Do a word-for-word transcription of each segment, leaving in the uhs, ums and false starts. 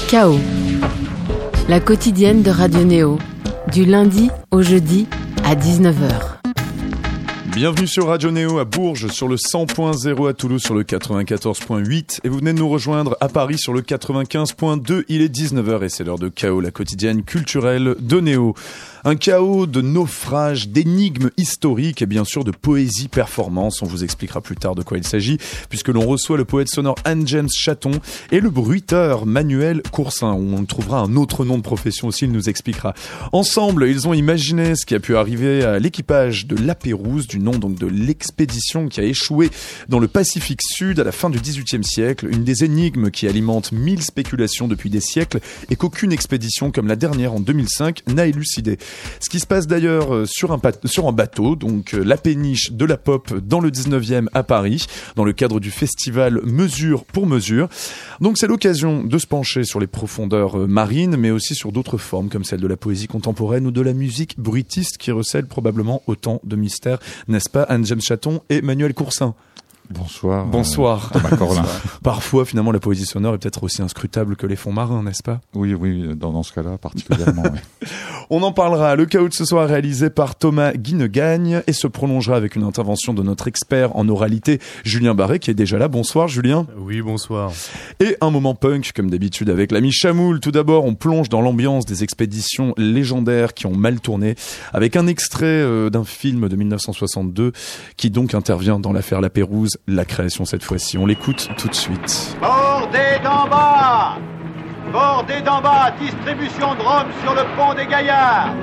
Chaos, la quotidienne de Radio Néo, du lundi au jeudi à dix-neuf heures. Bienvenue sur Radio Néo à Bourges, sur le cent point zéro, à Toulouse sur le quatre-vingt-quatorze point huit, et vous venez de nous rejoindre à Paris sur le quatre-vingt-quinze point deux. Il est dix-neuf heures et c'est l'heure de Chaos, la quotidienne culturelle de Néo. Un chaos de naufrages, d'énigmes historiques et bien sûr de poésie performance. On vous expliquera plus tard de quoi il s'agit, puisque l'on reçoit le poète sonore Anne-James Chaton et le bruiteur Manuel Coursin. On trouvera un autre nom de profession aussi, il nous expliquera. Ensemble, ils ont imaginé ce qui a pu arriver à l'équipage de La Pérouse, du nom donc de l'expédition qui a échoué dans le Pacifique Sud à la fin du dix-huitième siècle. Une des énigmes qui alimente mille spéculations depuis des siècles et qu'aucune expédition comme la dernière en deux mille cinq n'a élucidé. Ce qui se passe d'ailleurs sur un, pat- sur un bateau, donc la péniche de la pop dans le dix-neuvième à Paris, dans le cadre du festival Mesure pour Mesure. Donc c'est l'occasion de se pencher sur les profondeurs marines, mais aussi sur d'autres formes comme celle de la poésie contemporaine ou de la musique bruitiste qui recèle probablement autant de mystères, n'est-ce pas, Anne-James Chaton et Manuel Coursin? Bonsoir. Bonsoir. Euh, Thomas Corlin. Parfois, finalement, la poésie sonore est peut-être aussi inscrutable que les fonds marins, n'est-ce pas? Oui, oui, dans, dans ce cas-là, particulièrement. Oui. On en parlera. Le chaos de ce soir réalisé par Thomas Guinegagne et se prolongera avec une intervention de notre expert en oralité, Julien Barré, qui est déjà là. Bonsoir, Julien. Oui, bonsoir. Et un moment punk, comme d'habitude, avec l'ami Chamoul. Tout d'abord, on plonge dans l'ambiance des expéditions légendaires qui ont mal tourné, avec un extrait euh, d'un film de dix-neuf cent soixante-deux qui donc intervient dans l'affaire La Pérouse. La création cette fois-ci, on l'écoute tout de suite. Bordez d'en bas! Bordez d'en bas! Distribution de rhum sur le pont des Gaillards!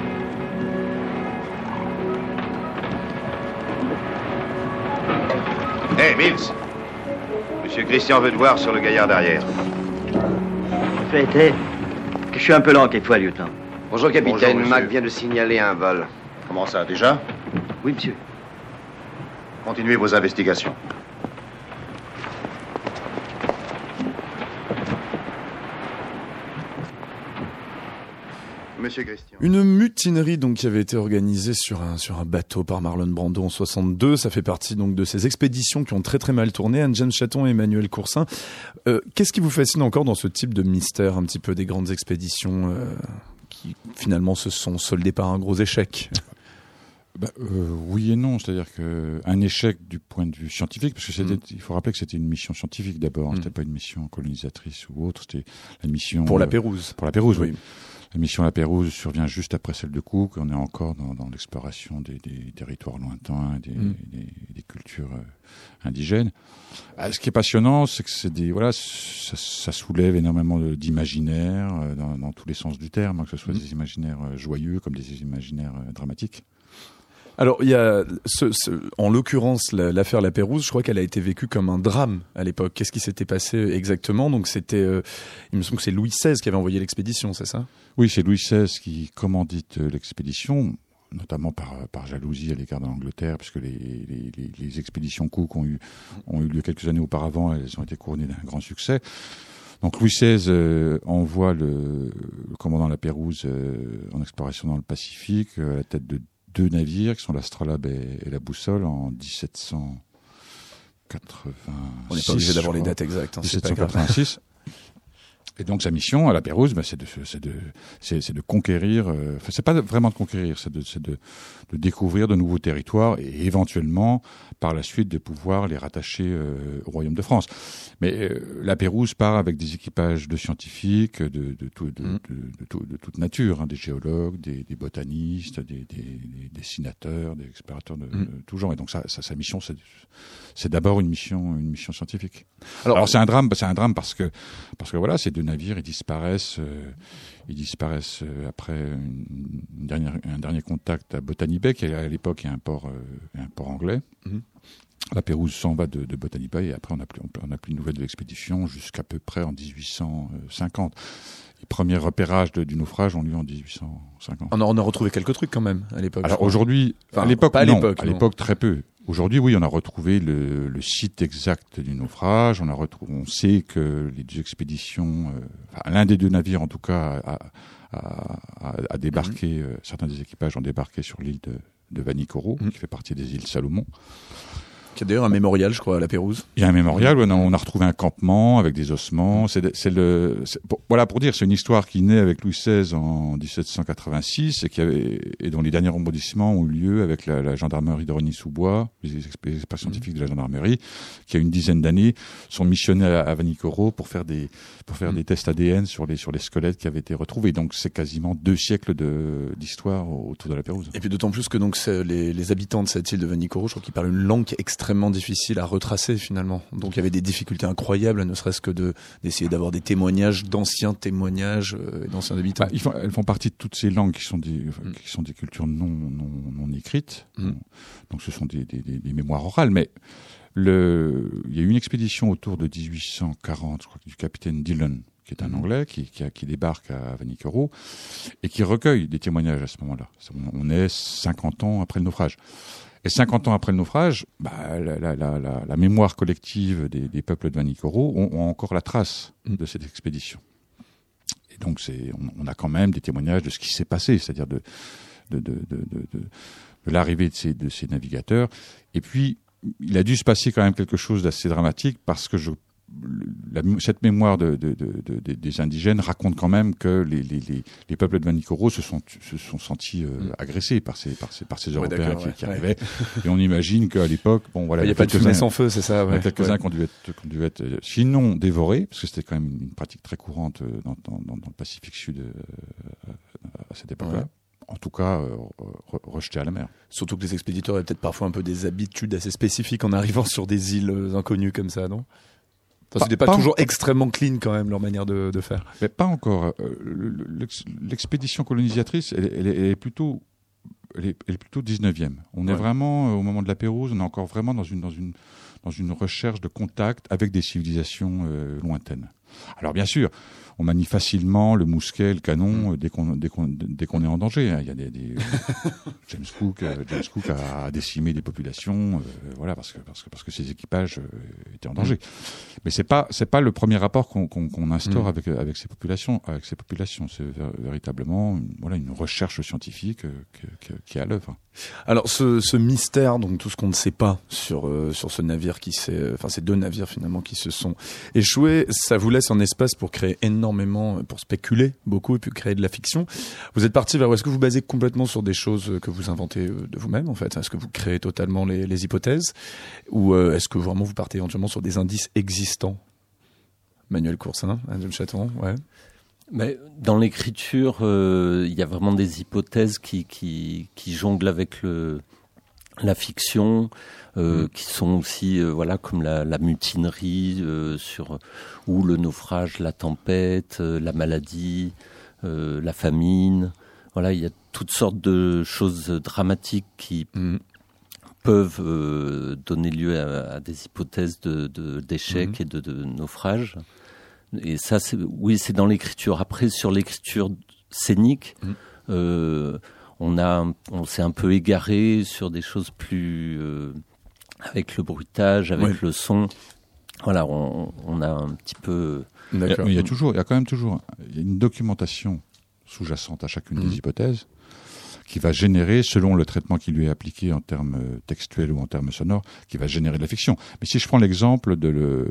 Hé, hey, Mills! Monsieur Christian veut te voir sur le Gaillard d'arrière. Le fait est que je suis un peu lent quelquefois, lieutenant. Bonjour, capitaine. Bonjour, Mac vient de signaler un vol. Comment ça, déjà? Oui, monsieur. Continuez vos investigations. Monsieur Christian. Une mutinerie donc qui avait été organisée sur un sur un bateau par Marlon Brando en soixante-deux. Ça fait partie donc de ces expéditions qui ont très très mal tourné. Anne-James Chaton et Emmanuel Coursin. Euh, qu'est-ce qui vous fascine encore dans ce type de mystère, un petit peu des grandes expéditions euh, qui finalement se sont soldées par un gros échec? Bah, euh, oui et non, c'est-à-dire que un échec du point de vue scientifique, parce que c'était, mmh. il faut rappeler que c'était une mission scientifique d'abord, mmh. c'était pas une mission colonisatrice ou autre, c'était la mission pour euh, la Pérouse. Pour la Pérouse, oui. oui. La mission La Pérouse survient juste après celle de Cook. On est encore dans, dans l'exploration des, des territoires lointains, des, mmh. des, des cultures euh, indigènes. Ah, ce qui est passionnant, c'est que c'est des voilà, ça, ça soulève énormément de, d'imaginaires euh, dans, dans tous les sens du terme, hein, que ce soit mmh. des imaginaires euh, joyeux comme des imaginaires euh, dramatiques. Alors, il y a, ce, ce, en l'occurrence, la, l'affaire La Pérouse, je crois qu'elle a été vécue comme un drame à l'époque. Qu'est-ce qui s'était passé exactement? Donc, c'était, euh, il me semble que c'est Louis seize qui avait envoyé l'expédition, c'est ça? Oui, c'est Louis seize qui commandite l'expédition, notamment par, par jalousie à l'égard de l'Angleterre, puisque les, les, les, les expéditions Cook ont eu, ont eu lieu quelques années auparavant, elles ont été couronnées d'un grand succès. Donc Louis seize euh, envoie le, le commandant La Pérouse euh, en exploration dans le Pacifique, euh, à la tête de deux navires qui sont l'Astrolabe et, et la Boussole en dix-sept cent quatre-vingt-six. On n'est pas obligé d'avoir les dates exactes. Hein, dix-sept cent quatre-vingt-six. Et donc sa mission à La Pérouse, bah, c'est de, c'est de, c'est, c'est de conquérir. Euh, enfin, c'est pas vraiment de conquérir, c'est de, c'est de, de découvrir de nouveaux territoires et éventuellement, par la suite, de pouvoir les rattacher euh, au Royaume de France. Mais euh, La Pérouse part avec des équipages de scientifiques, de, de, tout, de, mmh. de, de, de, tout, de toute nature, hein, des géologues, des, des botanistes, des, des, des dessinateurs, des explorateurs de, mmh. de tout genre. Et donc sa, sa, sa mission, c'est, c'est d'abord une mission, une mission scientifique. Alors, Alors c'est un drame, c'est un drame parce que, parce que voilà, ces deux navires, ils disparaissent, euh, ils disparaissent euh, après une, une dernière, un dernier contact à Botany Bay, qui à l'époque est un port, euh, un port anglais. Mmh. La Pérouse s'en va de, de Botany Bay et après on n'a plus, on n'a plus de nouvelles de l'expédition jusqu'à peu près en dix-huit cent cinquante. Les premiers repérages de, du naufrage ont lieu en dix-huit cent cinquante. On a, on a retrouvé quelques trucs quand même à l'époque. Alors aujourd'hui, enfin, à l'époque, pas à non, l'époque, à l'époque très peu. Aujourd'hui, oui, on a retrouvé le, le site exact du naufrage. On a retrouvé, on sait que les deux expéditions, euh, enfin, l'un des deux navires en tout cas, a, a, a, a débarqué. Mm-hmm. euh, certains des équipages ont débarqué sur l'île de, de Vanikoro, mm-hmm. qui fait partie des îles Salomon. Qui a d'ailleurs un mémorial, je crois, à la Pérouse. Il y a un mémorial où on a, on a retrouvé un campement avec des ossements. C'est, c'est le, c'est, pour, voilà pour dire, c'est une histoire qui naît avec Louis seize en dix-sept cent quatre-vingt-six et qui avait, et dont les derniers rebondissements ont eu lieu avec la, la gendarmerie de Rosny-sous-Bois, les experts scientifiques de la gendarmerie, qui a une dizaine d'années sont missionnés à, à Vanikoro pour faire des, pour faire mmh. des tests A D N sur les, sur les squelettes qui avaient été retrouvés. Donc c'est quasiment deux siècles de, d'histoire autour de la Pérouse. Et puis d'autant plus que donc c'est les, les habitants de cette île de Vanikoro, je crois qu'ils parlent une langue qui est extrêmement difficile à retracer finalement. Donc il y avait des difficultés incroyables, ne serait-ce que de, d'essayer d'avoir des témoignages, d'anciens témoignages euh, d'anciens habitants. Bah, ils font, elles font partie de toutes ces langues qui sont des, mm. qui sont des cultures non, non, non écrites. Mm. Donc ce sont des, des, des, des mémoires orales. Mais le, il y a eu une expédition autour de dix-huit cent quarante, je crois, du capitaine Dillon, qui est un mm. Anglais, qui, qui, a, qui débarque à Vanikoro et qui recueille des témoignages à ce moment-là. On est cinquante ans après le naufrage. Et cinquante ans après le naufrage, bah, la, la, la, la mémoire collective des, des peuples de Vanikoro ont, ont encore la trace de cette expédition. Et donc, c'est, on, on a quand même des témoignages de ce qui s'est passé, c'est-à-dire de, de, de, de, de, de, de l'arrivée de ces, de ces navigateurs. Et puis, il a dû se passer quand même quelque chose d'assez dramatique parce que je La, cette mémoire de, de, de, de, des indigènes raconte quand même que les, les, les, les peuples de Vanikoro se sont, se sont sentis euh, mm. agressés par ces, par ces, par ces Européens ouais, qui, qui ouais. arrivaient. Et on imagine qu'à l'époque, bon voilà, il n'y a pas de fumée sans feu, c'est ça. Ouais. Il y a quelques-uns ouais. qui ont dû être, qui ont dû être, sinon dévorés, parce que c'était quand même une pratique très courante dans, dans, dans, dans le Pacifique Sud euh, à cette époque-là. Ouais. En tout cas, euh, re- rejetés à la mer. Surtout que les expéditeurs avaient peut-être parfois un peu des habitudes assez spécifiques en arrivant sur des îles inconnues comme ça, non? Enfin, c'était pas, pas toujours en... extrêmement clean quand même leur manière de, de faire. Mais pas encore. Euh, l'ex, l'expédition colonisatrice, elle, elle, elle est plutôt, elle est, elle est plutôt dix-neuvième. On ouais. est vraiment euh, au moment de la Pérouse, on est encore vraiment dans une dans une dans une recherche de contact avec des civilisations euh, lointaines. Alors bien sûr, on manie facilement le mousquet, le canon mmh. dès qu'on dès qu'on dès qu'on est en danger. Il y a des, des James Cook, euh, James Cook a décimé des populations, euh, voilà parce que parce que parce que ses équipages euh, étaient en danger. Mmh. Mais c'est pas c'est pas le premier rapport qu'on qu'on, qu'on instaure mmh. avec avec ces populations avec ces populations. C'est véritablement une, voilà une recherche scientifique euh, que, que, qui est à l'œuvre. Alors ce, ce mystère, donc tout ce qu'on ne sait pas sur euh, sur ce navire qui s'est, enfin ces deux navires finalement qui se sont échoués, ça vous laisse un espace pour créer énormément, pour spéculer beaucoup et puis créer de la fiction. Vous êtes parti vers où? Est-ce que vous basez complètement sur des choses que vous inventez de vous-même en fait? Est-ce que vous créez totalement les, les hypothèses ou euh, est-ce que vraiment vous partez éventuellement sur des indices existants? Manuel Coursin, James Chatton, ouais. Mais dans l'écriture, il euh, y a vraiment des hypothèses qui, qui, qui jonglent avec le, la fiction, euh, mmh. qui sont aussi, euh, voilà, comme la, la mutinerie, euh, sur ou le naufrage, la tempête, euh, la maladie, euh, la famine. Voilà, il y a toutes sortes de choses dramatiques qui mmh. peuvent euh, donner lieu à, à des hypothèses de, de, d'échecs mmh. et de, de naufrages. Et ça, c'est, oui, c'est dans l'écriture. Après, sur l'écriture scénique, mmh. euh, on a, on s'est un peu égaré sur des choses plus euh, avec le bruitage, avec oui. le son. Voilà, on, on a un petit peu. D'accord. Il y a toujours, il y a quand même toujours, il y a une documentation sous-jacente à chacune mmh. des hypothèses qui va générer, selon le traitement qui lui est appliqué en termes textuels ou en termes sonores, qui va générer de la fiction. Mais si je prends l'exemple de le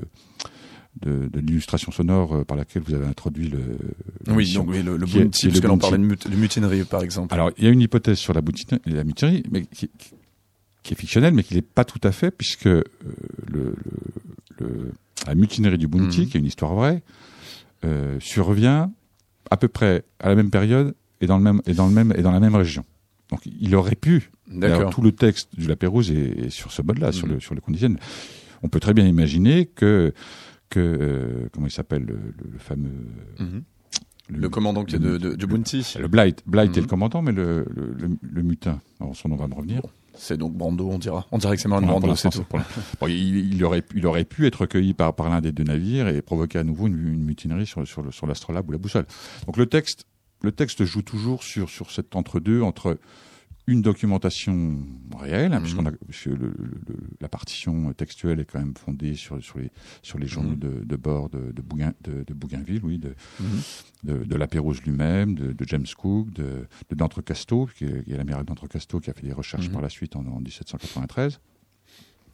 De, de l'illustration sonore par laquelle vous avez introduit le. Oui, donc oui, le, le bounty, parce que l'on parlait de, mut- de mutinerie, par exemple. Alors, il y a une hypothèse sur la, boutine, la mutinerie, mais qui, qui, qui est fictionnelle, mais qui n'est pas tout à fait, puisque euh, le, le, le, la mutinerie du bounty, mmh. qui est une histoire vraie, euh, survient à peu près à la même période et dans le même et dans le même et dans la même région. Donc, il aurait pu. D'accord. Tout le texte du La Pérouse est, est sur ce mode-là, mmh. sur le sur le Conditienne. On peut très bien imaginer que que euh, comment il s'appelle le, le, le fameux mmh. le, le commandant qui est de, de, de Bounty, le Blight Blight mmh. est le commandant, mais le le, le, le mutin, alors son nom va me revenir. Bon, c'est donc Brando, on dira on dirait que c'est Marlon Brando, c'est tout. Bon, il, il aurait il aurait pu être recueilli par par l'un des deux navires et provoquer à nouveau une, une mutinerie sur sur le, sur l'astrolabe ou la boussole. Donc le texte le texte joue toujours sur sur cet entre-deux entre une documentation réelle, hein, mmh. puisqu'on a, puisque le, le, le, la partition textuelle est quand même fondée sur, sur les, sur les journaux mmh. de, de bord de, de, Bougain, de, de Bougainville, oui, de, mmh. de, de La Pérouse lui-même, de, de James Cook, de, de d'Entrecasteaux, qui est, qui est l'amiral d'Entrecasteaux qui a fait des recherches mmh. par la suite en, en dix-sept cent quatre-vingt-treize.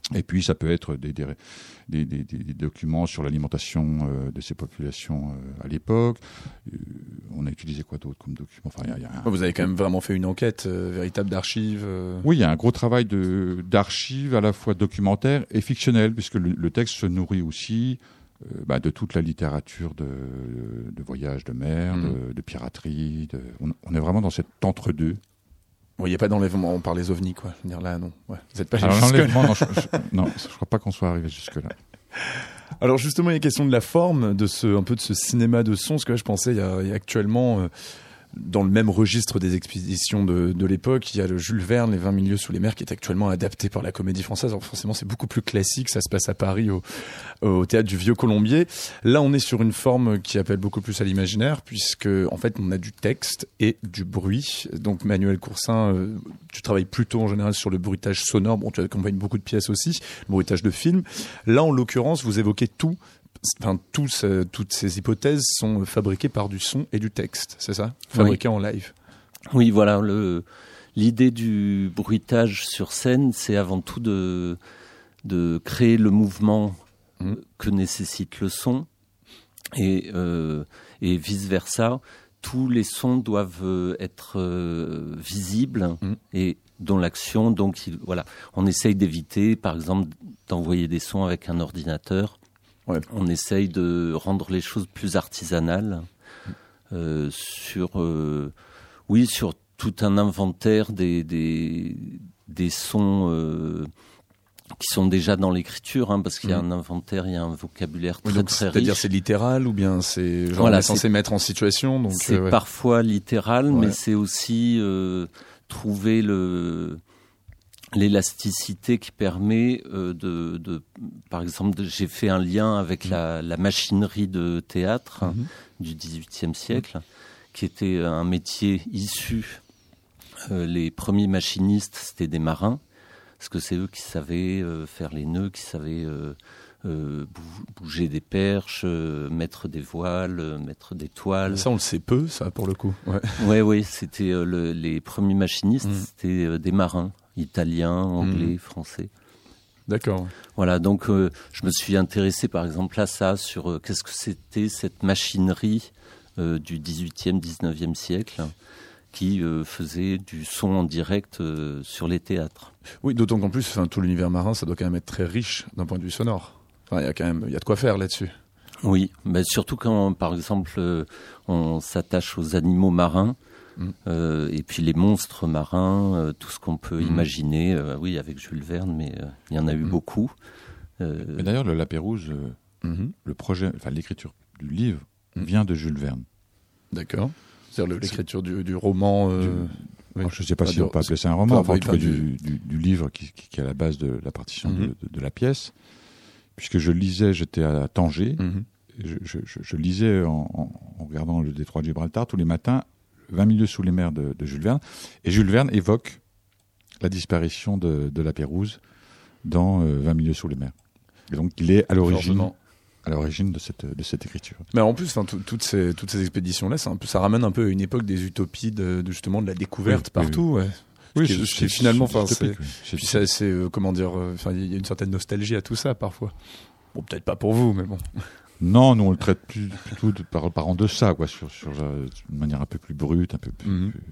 Et puis ça peut être des, des, des, des, des documents sur l'alimentation euh, de ces populations euh, à l'époque. Euh, on a utilisé quoi d'autre comme document? Enfin, y a, y a un... Vous avez quand même vraiment fait une enquête euh, véritable d'archives. Euh... Oui, il y a un gros travail de, d'archives à la fois documentaires et fictionnelles, puisque le, le texte se nourrit aussi euh, bah, de toute la littérature de, de voyage de mer, mmh. de, de piraterie. De... On, on est vraiment dans cet entre-deux. Bon, il n'y a pas d'enlèvement, on parle des ovnis, quoi. Je veux dire, là, non. Ouais. Vous n'êtes pas Alors, jusque-là. non, je, je, non, je crois pas qu'on soit arrivé jusque-là. Alors, justement, il y a question de la forme, de ce, un peu de ce cinéma de son, parce que là, je pensais, il y a, il y a actuellement, euh, dans le même registre des expéditions de, de l'époque, il y a le Jules Verne, Les vingt mille lieues sous les mers, qui est actuellement adapté par la Comédie Française. Alors, forcément, c'est beaucoup plus classique, ça se passe à Paris, au, au théâtre du Vieux Colombier. Là, on est sur une forme qui appelle beaucoup plus à l'imaginaire, puisque, en fait, on a du texte et du bruit. Donc, Manuel Coursin, euh, tu travailles plutôt en général sur le bruitage sonore. Bon, tu accompagnes beaucoup de pièces aussi, le bruitage de films. Là, en l'occurrence, vous évoquez tout. Enfin, tous, euh, toutes ces hypothèses sont fabriquées par du son et du texte, c'est ça? Fabriquées oui. en live. Oui, voilà. Le, l'idée du bruitage sur scène, c'est avant tout de, de créer le mouvement mmh. que nécessite le son et, euh, et vice-versa. Tous les sons doivent être euh, visibles mmh. et dont l'action, donc il, voilà, on essaye d'éviter, par exemple, d'envoyer des sons avec un ordinateur. Ouais. On essaye de rendre les choses plus artisanales euh, sur, euh, oui, sur tout un inventaire des des, des sons euh, qui sont déjà dans l'écriture, hein, parce qu'il y a mmh. un inventaire, il y a un vocabulaire très oui, donc, très c'est-à-dire riche. C'est-à-dire c'est littéral ou bien c'est genre voilà, on est censé c'est, mettre en situation. Donc c'est euh, ouais. parfois littéral, ouais. mais c'est aussi euh, trouver le l'élasticité qui permet euh, de, de, par exemple, de, j'ai fait un lien avec mmh. la, la machinerie de théâtre mmh. du dix-huitième siècle, mmh. qui était un métier issu. Euh, les premiers machinistes, c'était des marins, parce que c'est eux qui savaient euh, faire les nœuds, qui savaient euh, euh, bouger des perches, euh, mettre des voiles, euh, mettre des toiles. Ça, on le sait peu, ça, pour le coup. Ouais, ouais, ouais, c'était euh, le, les premiers machinistes, mmh. c'était euh, des marins. Italien, anglais, mmh. français. D'accord. Voilà, donc euh, je me suis intéressé par exemple à ça, sur euh, qu'est-ce que c'était cette machinerie euh, du dix-huitième, dix-neuvième siècle qui euh, faisait du son en direct euh, sur les théâtres. Oui, d'autant qu'en plus, enfin, tout l'univers marin, ça doit quand même être très riche d'un point de vue sonore. Enfin, il y a quand même, il y a de quoi faire là-dessus. Oui, mais surtout quand, par exemple, euh, on s'attache aux animaux marins. Mmh. Euh, et puis les monstres marins, euh, tout ce qu'on peut mmh. imaginer, euh, oui, avec Jules Verne, mais euh, il y en a eu mmh. beaucoup. Euh... Et d'ailleurs, le Lapérouse, euh, mmh. le projet, enfin l'écriture du livre mmh. vient de Jules Verne. D'accord. C'est-à-dire le, l'écriture du, du roman. Euh... Du... Oui. Alors, je ne sais pas enfin, si on peut appeler ça un roman, enfin, en tout cas du, du, du livre qui, qui, qui est à la base de la partition mmh. de, de, de la pièce. Puisque je lisais, j'étais à Tanger, mmh. je, je, je, je lisais en, en, en regardant le détroit de Gibraltar tous les matins. vingt mille lieues sous les mers de, de Jules Verne. Et Jules Verne évoque la disparition de, de la Pérouse dans euh, vingt mille lieues sous les mers. Et donc, il est à l'origine, à l'origine de cette, de cette écriture. Mais en plus, toutes ces, toutes ces expéditions-là, c'est un peu, ça ramène un peu à une époque des utopies, de, de justement de la découverte oui, partout. Oui, oui. Ouais. Oui, qui, c'est, qui c'est, finalement, c'est, enfin, c'est, c'est, puis c'est assez, euh, comment dire, enfin, il y a une certaine nostalgie à tout ça parfois. Bon, peut-être pas pour vous, mais bon. Non, nous on le traite plus, plutôt de, par, par en deçà, quoi, sur, sur euh, une manière un peu plus brute, un peu plus, mm-hmm. plus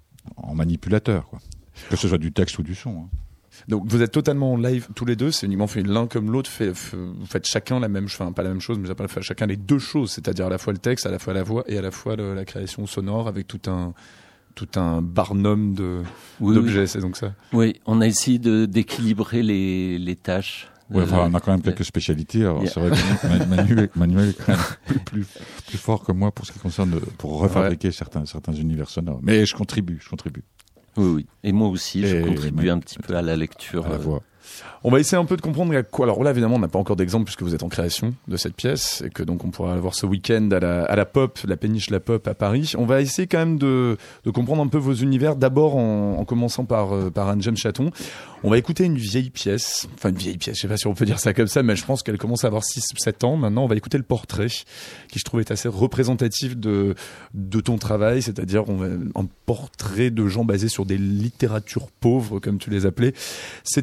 en manipulateur, quoi. Que ce soit du texte ou du son. Hein. Donc vous êtes totalement en live tous les deux, c'est uniquement fait l'un comme l'autre, fait, fait, vous faites chacun la même chose, enfin pas la même chose, mais vous faites chacun les deux choses, c'est-à-dire à la fois le texte, à la fois la voix et à la fois le, la création sonore avec tout un tout un barnum de oui, d'objets, oui. c'est donc ça. Oui, on a essayé de d'équilibrer les les tâches. Ouais, enfin, on a quand même quelques spécialités. Alors, yeah. C'est vrai que Manu, Manu est quand même plus, plus fort que moi pour ce qui concerne, pour refabriquer ouais. certains, certains univers sonores. Mais je contribue, je contribue. Oui, oui. Et moi aussi, je et contribue un petit peu à la lecture. À la voix. On va essayer un peu de comprendre à quoi. Alors là, évidemment, on n'a pas encore d'exemple puisque vous êtes en création de cette pièce et que donc on pourra la voir ce week-end à la, à la Pop, la péniche La Pop à Paris. On va essayer quand même de, de comprendre un peu vos univers. D'abord, en, en commençant par, euh, par Anne-Jaime Chaton. On va écouter une vieille pièce. Enfin, une vieille pièce. Je sais pas si on peut dire ça comme ça, mais je pense qu'elle commence à avoir six ou sept ans. Maintenant, on va écouter le portrait qui, je trouve, est assez représentatif de, de ton travail. C'est-à-dire, on va, un portrait de gens basés sur des littératures pauvres, comme tu les appelais. C'était fait avec le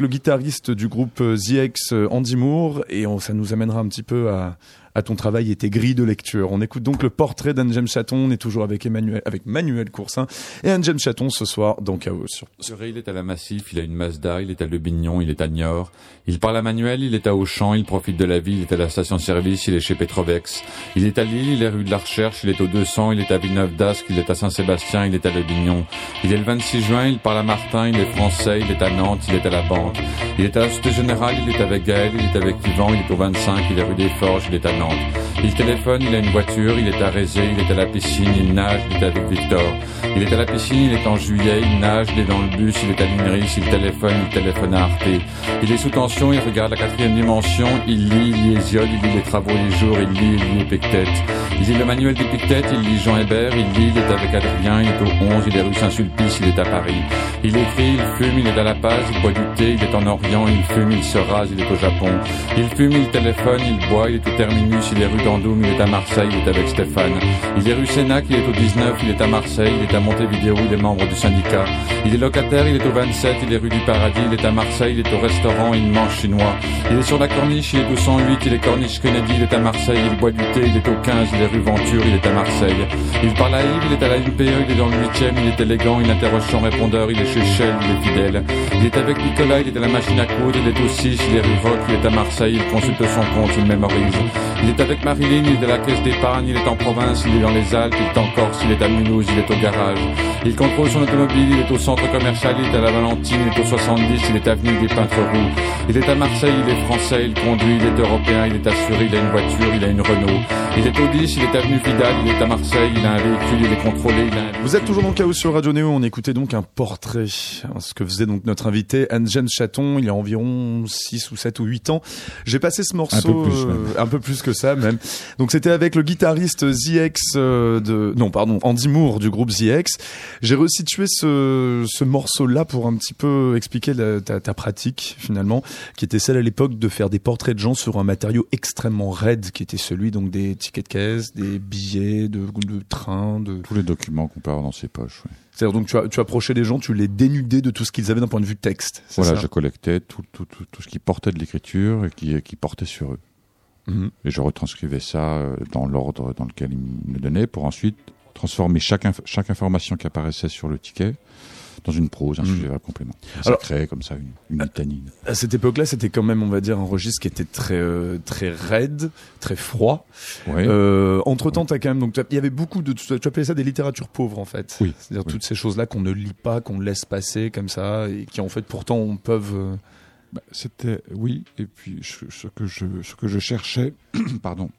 le guitariste du groupe The X, Andy Moore, et on, ça nous amènera un petit peu à, à ton travail et tes grilles de lecture. On écoute donc le portrait d'Anne James Chaton. On est toujours avec Emmanuel, avec Manuel Coursin et Anne James Chaton ce soir dans Chaos. Sur... Il est à la Massif, il a une Mazda, il est à Le Bignon, il est à Niort. Il parle à Manuel, il est à Auchan, il profite de la vie, il est à la station-service, il est chez Petrovex. Il est à Lille, il est rue de la Recherche, il est au deux cents, il est à Villeneuve d'Ascq, il est à Saint-Sébastien, il est à Le Bignon. Il est le vingt-six juin, il parle à Martin, il est français, il est à Nantes, il est à la Banque. Il est à la Société Générale, il est avec Gaël, il est avec Yvan, il est au vingt-cinq, il est rue des Forges, il est à Nantes. Il téléphone, il a une voiture, il est à Rézé, il est à la piscine, il nage, il est avec Victor. Il est à la piscine, il est en juillet, il nage, il est dans le bus, il est à l'Inris, il téléphone, il téléphone à Arte. Il est sous tension, il regarde la quatrième dimension, il lit, il lit Hésiode, il lit les travaux les jours, il lit, il lit Épictète. Il lit le manuel d'Épictète, il lit Jean Hébert, il lit, il est avec Adrien, il est au onze, il est rue Saint-Sulpice, il est à Paris. Il écrit, il fume, il est à La Paz, il boit du thé, il est en Orient, il fume, il se rase, il est au Japon. Il fume, il téléphone, il boit, il est au Terminus, il est rue d'Andoum, il est à Marseille, il est avec Stéphane. Il est rue Sénac, il est au dix-neuf, il est à Marseille, il est à Montevideo, il est membre du syndicat. Il est locataire, il est au vingt-sept, il est rue du Paradis, il est à Marseille, il est au restaurant, il mange chinois. Il est sur la corniche, il est au cent huit, il est corniche Kennedy, il est à Marseille, il boit du thé, il est au quinze, il est rue Venture, il est à Marseille. Il parle à Yves, il est à la N P E, il est dans le huitième, il est élégant, il interroge son répondeur, il est chez Shell, il est fidèle. Il est avec Nicolas, il est à la machine à coudre, il est au six, il est rue Rock, il est à Marseille, il consulte son compte, il mémorise. Il est avec Marilyn, il est à la caisse d'épargne, il est en province, il est dans les Alpes, il est en Corse, il est à Mulhouse, il est au garage. Il contrôle son automobile, il est au centre commercial, il est à la Valentine, il est au soixante-dix, il est avenue des Peintres Roux. Il est à Marseille, il est français, il conduit, il est européen, il est assuré, il a une voiture, il a une Renault. Il est au dix, il est avenue Vidal, il est à Marseille, il a un véhicule, il est contrôlé, il a un... Vous êtes toujours dans Chaos sur Radio Néo, on écoutait donc un portrait, ce que faisait donc notre invité Anne James Chaton, il y a environ six ou sept ou huit ans. J'ai passé ce morceau, un peu plus, euh, un peu plus que ça même. Donc c'était avec le guitariste The X euh, de, non pardon, Andy Moore du groupe The X. J'ai resitué ce, ce morceau-là pour un petit peu expliquer la, ta, ta pratique finalement, qui était celle à l'époque de faire des portraits de gens sur un matériau extrêmement raide, qui était celui donc des tickets de caisse, des billets de, de train, de tous les documents qu'on peut avoir dans ses poches. Oui. C'est-à-dire donc tu, as, tu approchais les gens, tu les dénudais de tout ce qu'ils avaient d'un point de vue texte. C'est voilà, ça je collectais tout, tout, tout, tout ce qui portait de l'écriture et qui, qui portait sur eux. Mmh. Et je retranscrivais ça dans l'ordre dans lequel ils me donnaient pour ensuite transformer chaque, inf- chaque information qui apparaissait sur le ticket dans une prose, un mmh. sujet à complément. Ça Alors, créait comme ça une, une litanie. À cette époque-là, c'était quand même, on va dire, un registre qui était très, euh, très raide, très froid. Oui. Euh, entre-temps, oui. t'as quand même, donc, il y avait beaucoup de, tu appelais ça des littératures pauvres, en fait. Oui. C'est-à-dire oui. toutes ces choses-là qu'on ne lit pas, qu'on laisse passer comme ça, et qui, en fait, pourtant, on peuvent, euh... bah, c'était, oui, et puis, je, ce que je, ce que je cherchais, pardon,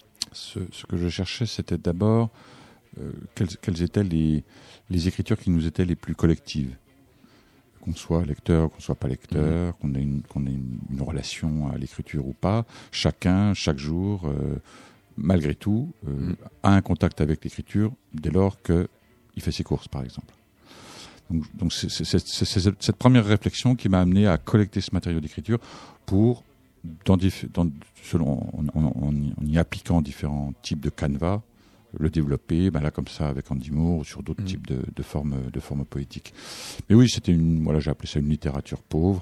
ce, ce que je cherchais, c'était d'abord, euh, quelles, quelles étaient les, les écritures qui nous étaient les plus collectives, qu'on soit lecteur, qu'on soit pas lecteur, mmh. qu'on ait, une, qu'on ait une, une relation à l'écriture ou pas, chacun, chaque jour, euh, malgré tout, euh, mmh. a un contact avec l'écriture dès lors qu'il fait ses courses, par exemple. Donc, donc c'est, c'est, c'est, c'est, c'est cette première réflexion qui m'a amené à collecter ce matériau d'écriture pour, dans, dans, selon, en, en, en, en y appliquant différents types de canevas, le développer, ben là comme ça avec Andy Moore ou sur d'autres mmh. types de, de formes de formes poétiques. Mais oui, c'était une, voilà, j'ai appelé ça une littérature pauvre.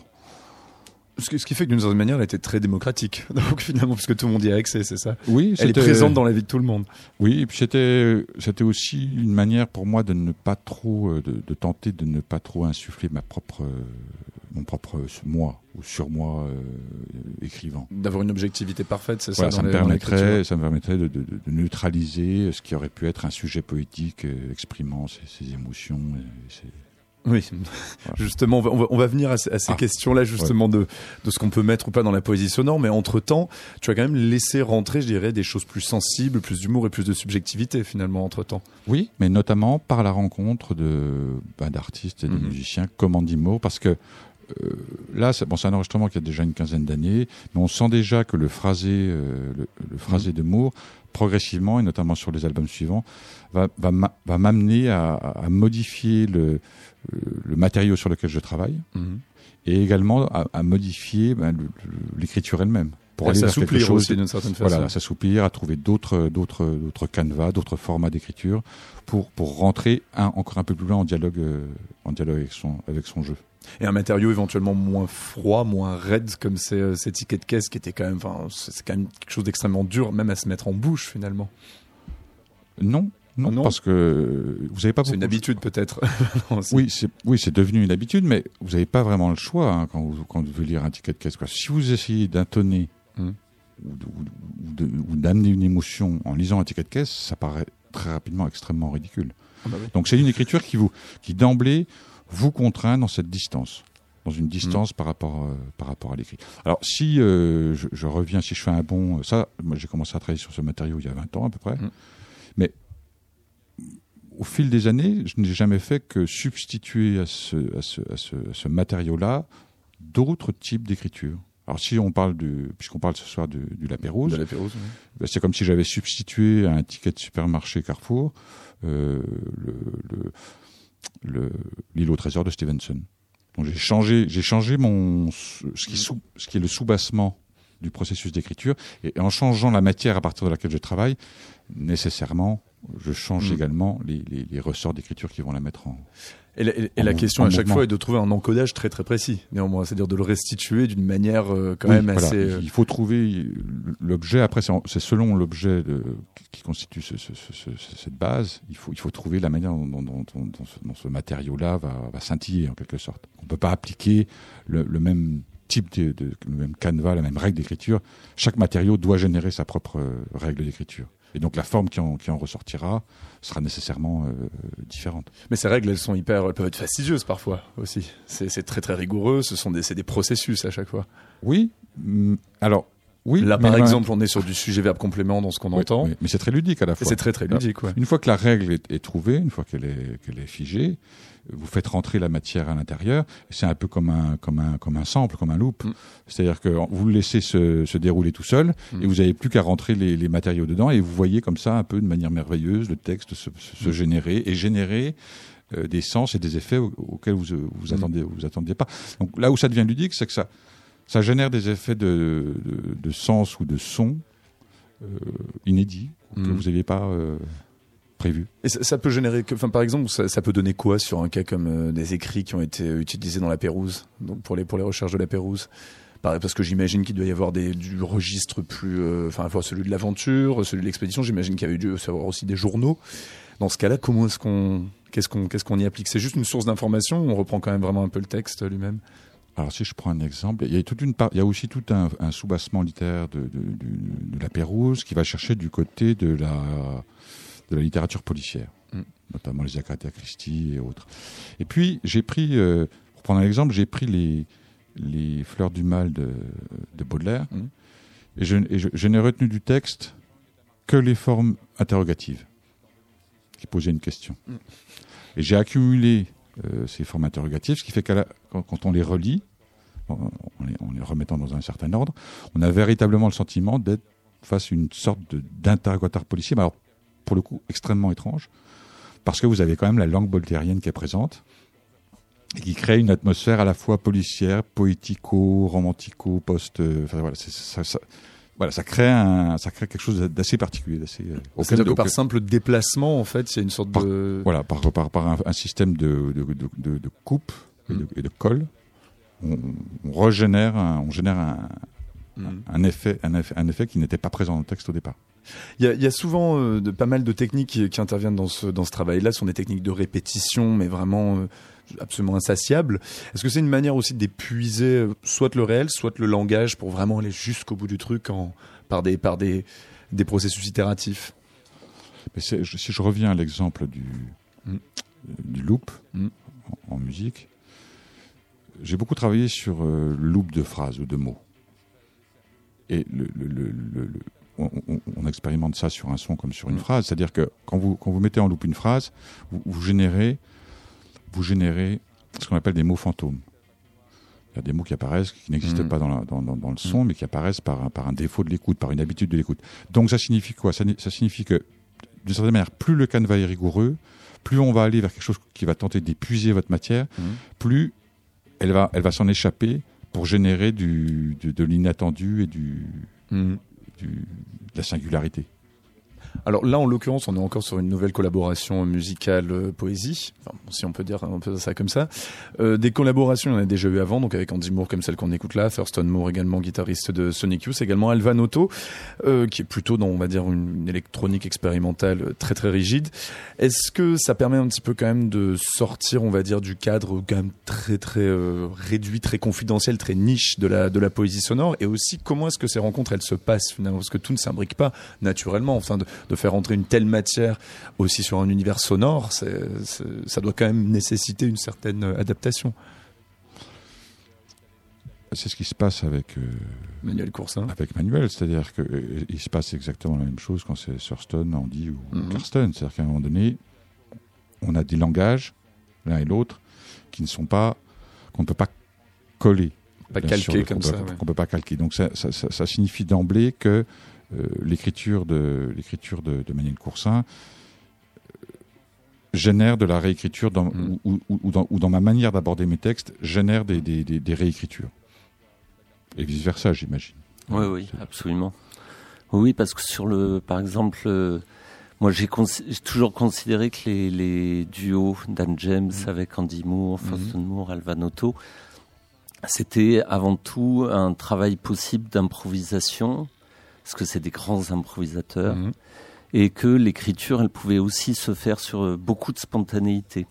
Ce qui, ce qui fait que d'une certaine manière, elle était très démocratique. Donc finalement, puisque tout le monde y a accès, c'est ça. Oui, elle est présente dans la vie de tout le monde. Oui, et puis c'était, c'était aussi une manière pour moi de ne pas trop, de, de tenter de ne pas trop insuffler ma propre, mon propre moi ou sur moi euh, écrivant. D'avoir une objectivité parfaite, c'est voilà, ça. Ça dans me les, permettrait, ça me permettrait de, de, de neutraliser ce qui aurait pu être un sujet poétique euh, exprimant ses, ses émotions. Et ses... Oui, voilà. Justement, on va, on va, on va venir à ces, à ces ah, questions-là, justement, ouais. de, de ce qu'on peut mettre ou pas dans la poésie sonore, mais entre-temps, tu as quand même laissé rentrer, je dirais, des choses plus sensibles, plus d'humour et plus de subjectivité, finalement, entre-temps. Oui, mais notamment par la rencontre de, bah, d'artistes et de mm-hmm. musiciens comme Andy Moore, parce que euh, là, c'est, bon, c'est un enregistrement qui a déjà une quinzaine d'années, mais on sent déjà que le phrasé, euh, le, le phrasé mm-hmm. de Moore, progressivement, et notamment sur les albums suivants, va, va, ma, va m'amener à, à modifier le le matériau sur lequel je travaille mmh. et également à, à modifier ben, le, le, l'écriture elle-même. pour aller vers quelque chose aussi d'une certaine façon. Voilà, s'assouplir, à trouver d'autres, d'autres, d'autres canevas, d'autres formats d'écriture pour pour rentrer un, encore un peu plus loin en dialogue, euh, en dialogue avec son avec son jeu. Et un matériau éventuellement moins froid, moins raide, comme ces, euh, ces tickets de caisse qui étaient quand même, enfin, c'est quand même quelque chose d'extrêmement dur, même à se mettre en bouche finalement. Non. Non, non, parce que vous n'avez pas. C'est une habitude peut-être. non, c'est... Oui, c'est oui, c'est devenu une habitude, mais vous n'avez pas vraiment le choix hein, quand vous quand vous devez lire un ticket de caisse. Quoi. Si vous essayez d'intonner mmh. ou, de, ou, de, ou d'amener une émotion en lisant un ticket de caisse, ça paraît très rapidement extrêmement ridicule. Ah bah oui. Donc c'est une écriture qui vous qui d'emblée vous contraint dans cette distance, dans une distance mmh. par rapport euh, par rapport à l'écrit. Alors si euh, je, je reviens, si je fais un bond, ça, moi j'ai commencé à travailler sur ce matériau il y a vingt ans à peu près, mmh. mais au fil des années, je n'ai jamais fait que substituer à ce, à ce, à ce, à ce matériau-là d'autres types d'écriture. Alors si on parle du, puisqu'on parle ce soir du, du Lapérouse, de Lapérouse oui. ben c'est comme si j'avais substitué à un ticket de supermarché Carrefour euh, le, le, le, l'île au trésor de Stevenson. Donc j'ai changé, j'ai changé mon ce qui, sous, ce qui est le sous-bassement du processus d'écriture, et en changeant la matière à partir de laquelle je travaille, nécessairement, je change mmh. également les, les, les ressorts d'écriture qui vont la mettre en. Et la, et, et la question à chaque mouvement. fois est de trouver un encodage très très précis, néanmoins, c'est-à-dire de le restituer d'une manière euh, quand oui, même voilà. assez. Il faut trouver l'objet. Après, c'est, c'est selon l'objet de, qui constitue ce, ce, ce, ce, cette base. Il faut il faut trouver la manière dont, dont, dont, dont, ce, dont ce matériau-là va, va scintiller en quelque sorte. On peut pas appliquer le, le même type de, de le même canevas, la même règle d'écriture. Chaque matériau doit générer sa propre règle d'écriture. Et donc la forme qui en, qui en ressortira sera nécessairement euh, différente. Mais ces règles, elles sont hyper, elles peuvent être fastidieuses parfois aussi. C'est, c'est très très rigoureux. Ce sont des, c'est des processus à chaque fois. Oui. Alors oui. Là par exemple, on est sur du sujet-verbe complément dans ce qu'on oui, entend. Oui, mais c'est très ludique à la fois. Et c'est très très ludique. Ouais. Une fois que la règle est, est trouvée, une fois qu'elle est, qu'elle est figée, vous faites rentrer la matière à l'intérieur. C'est un peu comme un comme un comme un sample, comme un loop. Mm. C'est-à-dire que vous le laissez se, se dérouler tout seul mm. et vous n'avez plus qu'à rentrer les, les matériaux dedans et vous voyez comme ça un peu de manière merveilleuse le texte se, se, se mm. générer et générer euh, des sens et des effets auxquels vous vous attendez vous attendiez pas. Donc là où ça devient ludique, c'est que ça ça génère des effets de de, de sens ou de son euh, inédits mm. que vous n'aviez pas euh, prévu. Et ça, ça peut générer, que, enfin par exemple, ça, ça peut donner quoi sur un cas comme euh, des écrits qui ont été utilisés dans Lapérouse, donc pour les pour les recherches de Lapérouse, parce que j'imagine qu'il doit y avoir des du registre plus, enfin euh, à la fois celui de l'aventure, celui de l'expédition. J'imagine qu'il y avait dû avoir aussi des journaux. Dans ce cas-là, comment est-ce qu'on, qu'est-ce qu'on, qu'est-ce qu'on y applique? C'est juste une source d'information ou on reprend quand même vraiment un peu le texte lui-même? Alors si je prends un exemple, il y a toute une part, il y a aussi tout un, un sous-bassement littéraire de, de, de, de Lapérouse qui va chercher du côté de la de la littérature policière, mm. notamment les Agatha Christie et autres. Et puis, j'ai pris, euh, pour prendre un exemple, j'ai pris les, les Fleurs du Mal de, de Baudelaire, mm. et, je, et je, je n'ai retenu du texte que les formes interrogatives, qui posaient une question. Mm. Et j'ai accumulé euh, ces formes interrogatives, ce qui fait que quand, quand on les relit, en, en, les, en les remettant dans un certain ordre, on a véritablement le sentiment d'être face à une sorte de, d'interrogatoire policier, mais alors, pour le coup, extrêmement étrange, parce que vous avez quand même la langue voltairienne qui est présente, et qui crée une atmosphère à la fois policière, poético, romantico, post... Enfin, voilà, c'est, ça, ça, voilà, ça crée un, ça crée quelque chose d'assez particulier. D'assez, euh, C'est-à-dire que par simple déplacement, en fait, il y a une sorte par, de... Voilà, par, par, par un, un système de, de, de, de, de coupe et de, et de colle, on, on régénère, un, on génère un... Mm. Un, effet, un, effet, un effet qui n'était pas présent dans le texte au départ. Il y a, il y a souvent euh, de, pas mal de techniques qui, qui interviennent dans ce, dans ce travail-là. Ce sont des techniques de répétition, mais vraiment euh, absolument insatiables. Est-ce que c'est une manière aussi d'épuiser euh, soit le réel, soit le langage pour vraiment aller jusqu'au bout du truc en, par, des, par des, des processus itératifs? Mais c'est, si je reviens à l'exemple du, mm. euh, du loop mm. en, en musique, j'ai beaucoup travaillé sur euh, le loop de phrases ou de mots. Et le, le, le, le, le, on, on, on expérimente ça sur un son comme sur une mmh. phrase, c'est-à-dire que quand vous quand vous mettez en loop une phrase, vous, vous générez vous générez ce qu'on appelle des mots fantômes. Il y a des mots qui apparaissent qui n'existent mmh. pas dans, la, dans, dans, dans le son, mmh. mais qui apparaissent par un, par un défaut de l'écoute, par une habitude de l'écoute. Donc ça signifie quoi? Ça, ça signifie que d'une certaine manière, plus le canevas est rigoureux, plus on va aller vers quelque chose qui va tenter d'épuiser votre matière, mmh. plus elle va elle va s'en échapper pour générer du, de, de l'inattendu et du, mmh. du, de la singularité. Alors là, en l'occurrence, on est encore sur une nouvelle collaboration musicale euh, poésie, enfin, si on peut dire, on peut dire ça comme ça. Euh, des collaborations, il y en a déjà eu avant, donc avec Andy Moore comme celle qu'on écoute là, Thurston Moore également guitariste de Sonic Youth, également Alvan Otto, euh, qui est plutôt dans, on va dire, une, une électronique expérimentale très très rigide. Est-ce que ça permet un petit peu quand même de sortir, on va dire, du cadre quand même très très euh, réduit, très confidentiel, très niche de la de la poésie sonore, et aussi comment est-ce que ces rencontres elles se passent finalement, parce que tout ne s'imbrique pas naturellement, enfin de de faire entrer une telle matière aussi sur un univers sonore, c'est, c'est, ça doit quand même nécessiter une certaine adaptation. C'est ce qui se passe avec, euh, Manuel Coursin. avec Manuel, c'est-à-dire qu'il euh, se passe exactement la même chose quand c'est Thurston, Andy ou Mm-hmm. Karsten. C'est-à-dire qu'à un moment donné, on a des langages, l'un et l'autre, qui ne sont pas, qu'on ne peut pas coller. Pas Bien calquer sûr, comme qu'on ça. peut, Ouais. qu'on peut pas calquer. Donc ça, ça, ça, ça signifie d'emblée que Euh, l'écriture de l'écriture de, de Manuel Coursin euh, génère de la réécriture dans, Mm. ou, ou, ou, dans, ou dans ma manière d'aborder mes textes génère des, des, des, des réécritures et vice versa, j'imagine. Oui, oui, absolument. Oui, parce que sur le, par exemple, euh, moi j'ai, cons- j'ai toujours considéré que les, les duos Dan James Mm. avec Andy Moore, Mm-hmm. Thurston Moore, Alvan Otto, c'était avant tout un travail possible d'improvisation, parce que c'est des grands improvisateurs, Mhm. et que l'écriture, elle pouvait aussi se faire sur euh, beaucoup de spontanéité.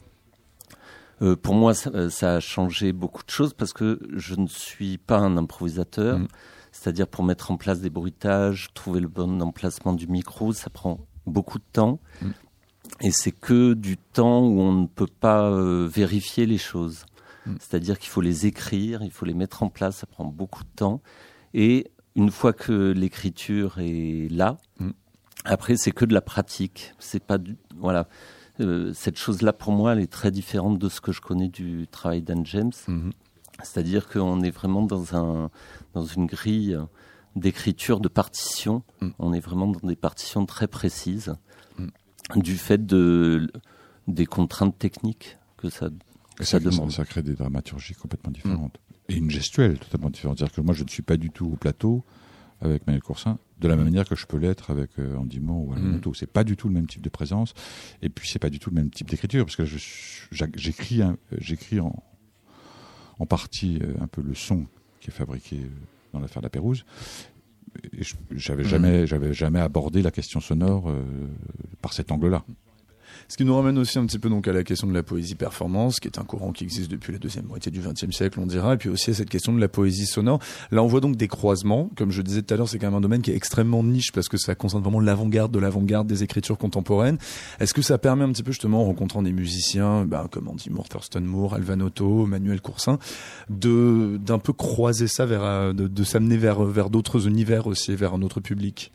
Euh, pour moi, ça, ça a changé beaucoup de choses, parce que je ne suis pas un improvisateur, Mhm. c'est-à-dire pour mettre en place des bruitages, trouver le bon emplacement du micro, ça prend beaucoup de temps, Mhm. et c'est que du temps où on ne peut pas euh, vérifier les choses. Mhm. C'est-à-dire qu'il faut les écrire, il faut les mettre en place, ça prend beaucoup de temps, et une fois que l'écriture est là, Mm. après c'est que de la pratique. C'est pas du, voilà. Euh, cette chose-là pour moi, elle est très différente de ce que je connais du travail d'Anne James. Mhm. C'est-à-dire qu'on est vraiment dans un dans une grille d'écriture de partition. Mm. On est vraiment dans des partitions très précises Mm. du fait de des contraintes techniques que ça Et ça ça, demande. ça crée des dramaturgies complètement différentes. Et une gestuelle totalement différente. C'est-à-dire que moi, je ne suis pas du tout au plateau avec Manuel Coursin, de la même manière que je peux l'être avec euh, Andy Moore ou Alvan Mm. Otto. C'est pas du tout le même type de présence. Et puis, c'est pas du tout le même type d'écriture. Parce que je, j'a- j'écris, un- j'écris en, en partie euh, un peu le son qui est fabriqué euh, dans l'affaire de la Pérouse. Et je, j'avais Mm. jamais, j'avais jamais abordé la question sonore euh, par cet angle-là. Ce qui nous ramène aussi un petit peu donc à la question de la poésie performance, qui est un courant qui existe depuis la deuxième moitié du vingtième siècle, on dira, et puis aussi à cette question de la poésie sonore. Là, on voit donc des croisements. Comme je disais tout à l'heure, c'est quand même un domaine qui est extrêmement niche parce que ça concerne vraiment l'avant-garde de l'avant-garde des écritures contemporaines. Est-ce que ça permet un petit peu justement, en rencontrant des musiciens, ben, comme Andy Moore, Thurston Moore, Alvan Otto, Manuel Coursin, de d'un peu croiser ça vers, euh, de, de s'amener vers vers d'autres univers aussi, vers un autre public?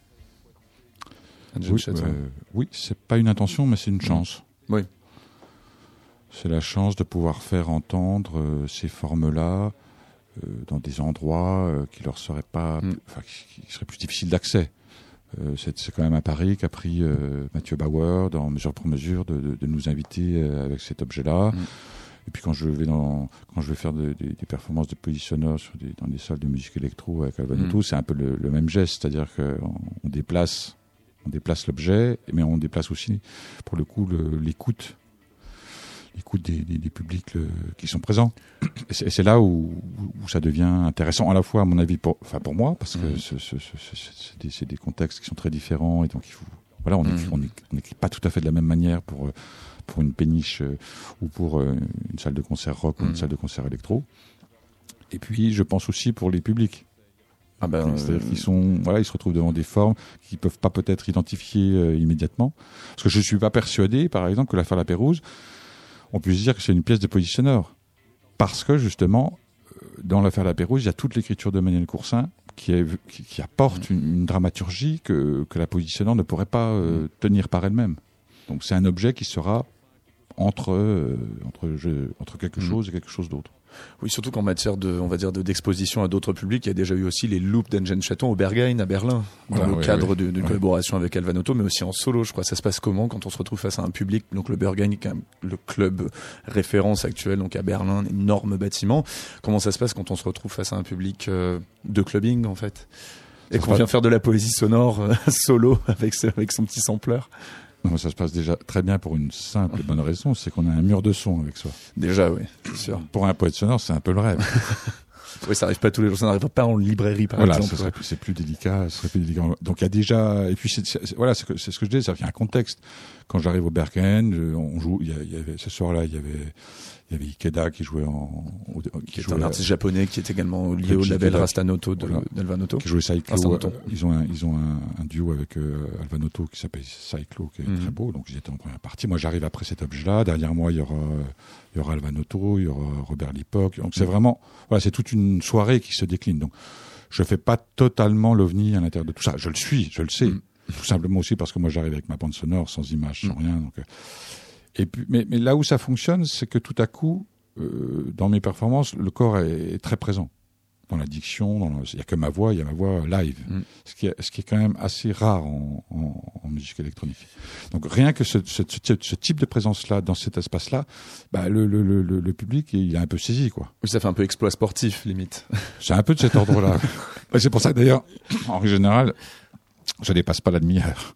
Oui, euh, oui, c'est pas une intention, mais c'est une chance. Oui. C'est la chance de pouvoir faire entendre euh, ces formes-là euh, dans des endroits euh, qui leur seraient pas, Mm. enfin, qui, qui seraient plus difficiles d'accès. Euh, c'est, c'est quand même un pari qu'a pris euh, Mathieu Bauer dans Mesure pour Mesure de, de, de nous inviter euh, avec cet objet-là. Mm. Et puis quand je vais dans, quand je vais faire de, de, des performances de poésie sonore sur des, dans des salles de musique électro avec Alvan Otto, Mm. c'est un peu le, le même geste, c'est-à-dire qu'on on déplace. On déplace l'objet, mais on déplace aussi, pour le coup, le, l'écoute, l'écoute des, des, des publics le, qui sont présents. Et c'est, et c'est là où, où ça devient intéressant, à la fois, à mon avis, pour, enfin pour moi, parce que Mmh. ce, ce, ce, ce, c'est, des, c'est des contextes qui sont très différents, et donc il faut, voilà, on n'écrit Mmh. on écrit pas tout à fait de la même manière pour pour une péniche euh, ou pour euh, une salle de concert rock Mmh. ou une salle de concert électro. Et puis, je pense aussi pour les publics. Ah ben, C'est-à-dire euh, qu'ils sont, voilà, ils se retrouvent devant des formes qu'ils peuvent pas peut-être identifier euh, immédiatement. Parce que je suis pas persuadé, par exemple, que l'affaire La Pérouse, on puisse dire que c'est une pièce de poésie sonore. Parce que, justement, euh, dans l'affaire La Pérouse, il y a toute l'écriture de Manuel Coursin qui, est, qui, qui apporte une, une dramaturgie que, que la poésie sonore ne pourrait pas euh, tenir par elle-même. Donc c'est un objet qui sera entre euh, entre je, entre quelque mmh. chose et quelque chose d'autre. Oui, surtout qu'en matière de, on va dire, de, d'exposition à d'autres publics, il y a déjà eu aussi les loops d'Engine Chaton au Berghain à Berlin, voilà, dans le oui, cadre oui. d'une oui. collaboration avec Alvanotto, mais aussi en solo, je crois. Ça se passe comment quand on se retrouve face à un public? Donc le Berghain, qui est le club référence actuel, donc à Berlin, un énorme bâtiment. Comment ça se passe quand on se retrouve face à un public euh, de clubbing, en fait? Et ça qu'on vient faire de la poésie sonore euh, solo avec, avec son petit sampler? Non, ça se passe déjà très bien pour une simple et bonne raison, c'est qu'on a un mur de son avec soi. Déjà, oui, c'est sûr. Pour un poète sonore, c'est un peu le rêve. Oui, ça arrive pas tous les jours, ça n'arrive pas en librairie, par voilà, exemple. Voilà, c'est plus délicat, ce serait plus délicat. Donc il y a déjà, et puis c'est, c'est, voilà, c'est, c'est ce que je disais, c'est qu'il y a un contexte. Quand j'arrive au Berghain, on joue, il y, a, il y avait, ce soir-là, il y avait, il y avait Ikeda qui jouait en, qui, qui est un artiste japonais qui est également lié au label Rastanoto de, voilà, d'Alvanotto. Qui jouait Cyclo. Euh, ils ont un, ils ont un, un duo avec euh, Alvanotto qui s'appelle Cyclo, qui est mm-hmm. très beau. Donc ils étaient en première partie. Moi, j'arrive après cet objet-là. Derrière moi, il y aura, il y aura Alvanotto, il y aura Robert Lipoc. Donc c'est mm-hmm. vraiment, voilà, c'est toute une soirée qui se décline. Donc je fais pas totalement l'ovni à l'intérieur de tout ça. Je le suis, je le sais. Mm-hmm. Tout simplement aussi parce que moi, j'arrive avec ma bande sonore, sans image, sans mm-hmm. rien. Donc, euh, et puis, mais, mais là où ça fonctionne, c'est que tout à coup, euh, dans mes performances, le corps est, est très présent. Dans la diction, il n'y a que ma voix, il y a ma voix live. Mm. Ce, qui est, ce qui est quand même assez rare en, en, en musique électronique. Donc rien que ce, ce, ce, ce type de présence-là, dans cet espace-là, bah, le, le, le, le public, il est un peu saisi, quoi. Ça fait un peu exploit sportif, limite. C'est un peu de cet ordre-là. C'est pour ça, d'ailleurs, en règle générale, je dépasse pas la demi-heure.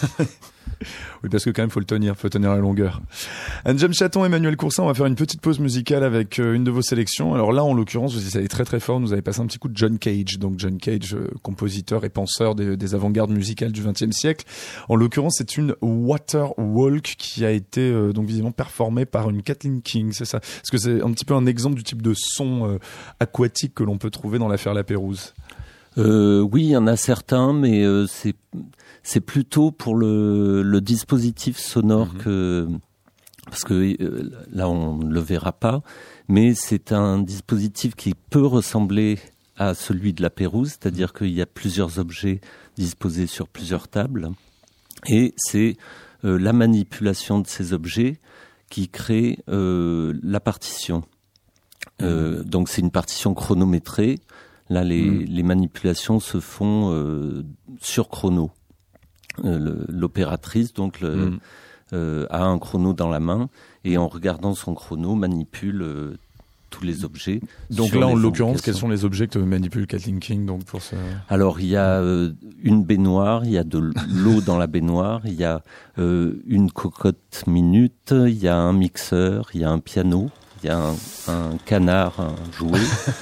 Oui, parce que quand même, faut le tenir, faut tenir la longueur. Engine Chaton, Emmanuel Coursin, on va faire une petite pause musicale avec euh, une de vos sélections. Alors là, en l'occurrence, vous allez très très fort, nous avez passé un petit coup de John Cage. Donc John Cage, euh, compositeur et penseur des, des avant-gardes musicales du vingtième siècle. En l'occurrence, c'est une Water Walk qui a été euh, donc visiblement performée par une Kathleen King, c'est ça? Est-ce que c'est un petit peu un exemple du type de son euh, aquatique que l'on peut trouver dans l'affaire La Pérouse? Euh, oui, il y en a certains, mais euh, c'est c'est plutôt pour le le dispositif sonore mmh. que parce que euh, là on ne le verra pas, mais c'est un dispositif qui peut ressembler à celui de La Pérouse, c'est-à-dire qu'il y a plusieurs objets disposés sur plusieurs tables, et c'est euh, la manipulation de ces objets qui crée euh, la partition. Euh, donc c'est une partition chronométrée. Là, les, mmh. les manipulations se font euh, sur chrono. Euh, le, l'opératrice donc le, mmh. euh, a un chrono dans la main et en regardant son chrono manipule euh, tous les objets. Donc là, en l'occurrence, quels sont les objets que manipule Kathleen King donc pour ce... Alors il y a euh, une baignoire, il y a de l'eau dans la baignoire, il y a euh, une cocotte minute, il y a un mixeur, il y a un piano. Il y a un, un canard, un jouet.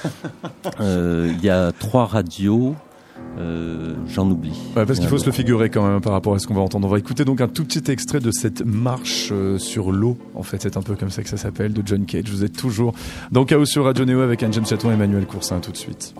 euh, il y a trois radios. Euh, j'en oublie. Ouais, parce qu'il faut se le figurer quand même par rapport à ce qu'on va entendre. On va écouter donc un tout petit extrait de cette marche euh, sur l'eau. En fait, c'est un peu comme ça que ça s'appelle, de John Cage. Vous êtes toujours dans Chaos sur Radio Néo avec Engine Chaton et Emmanuel Coursin. Tout de suite.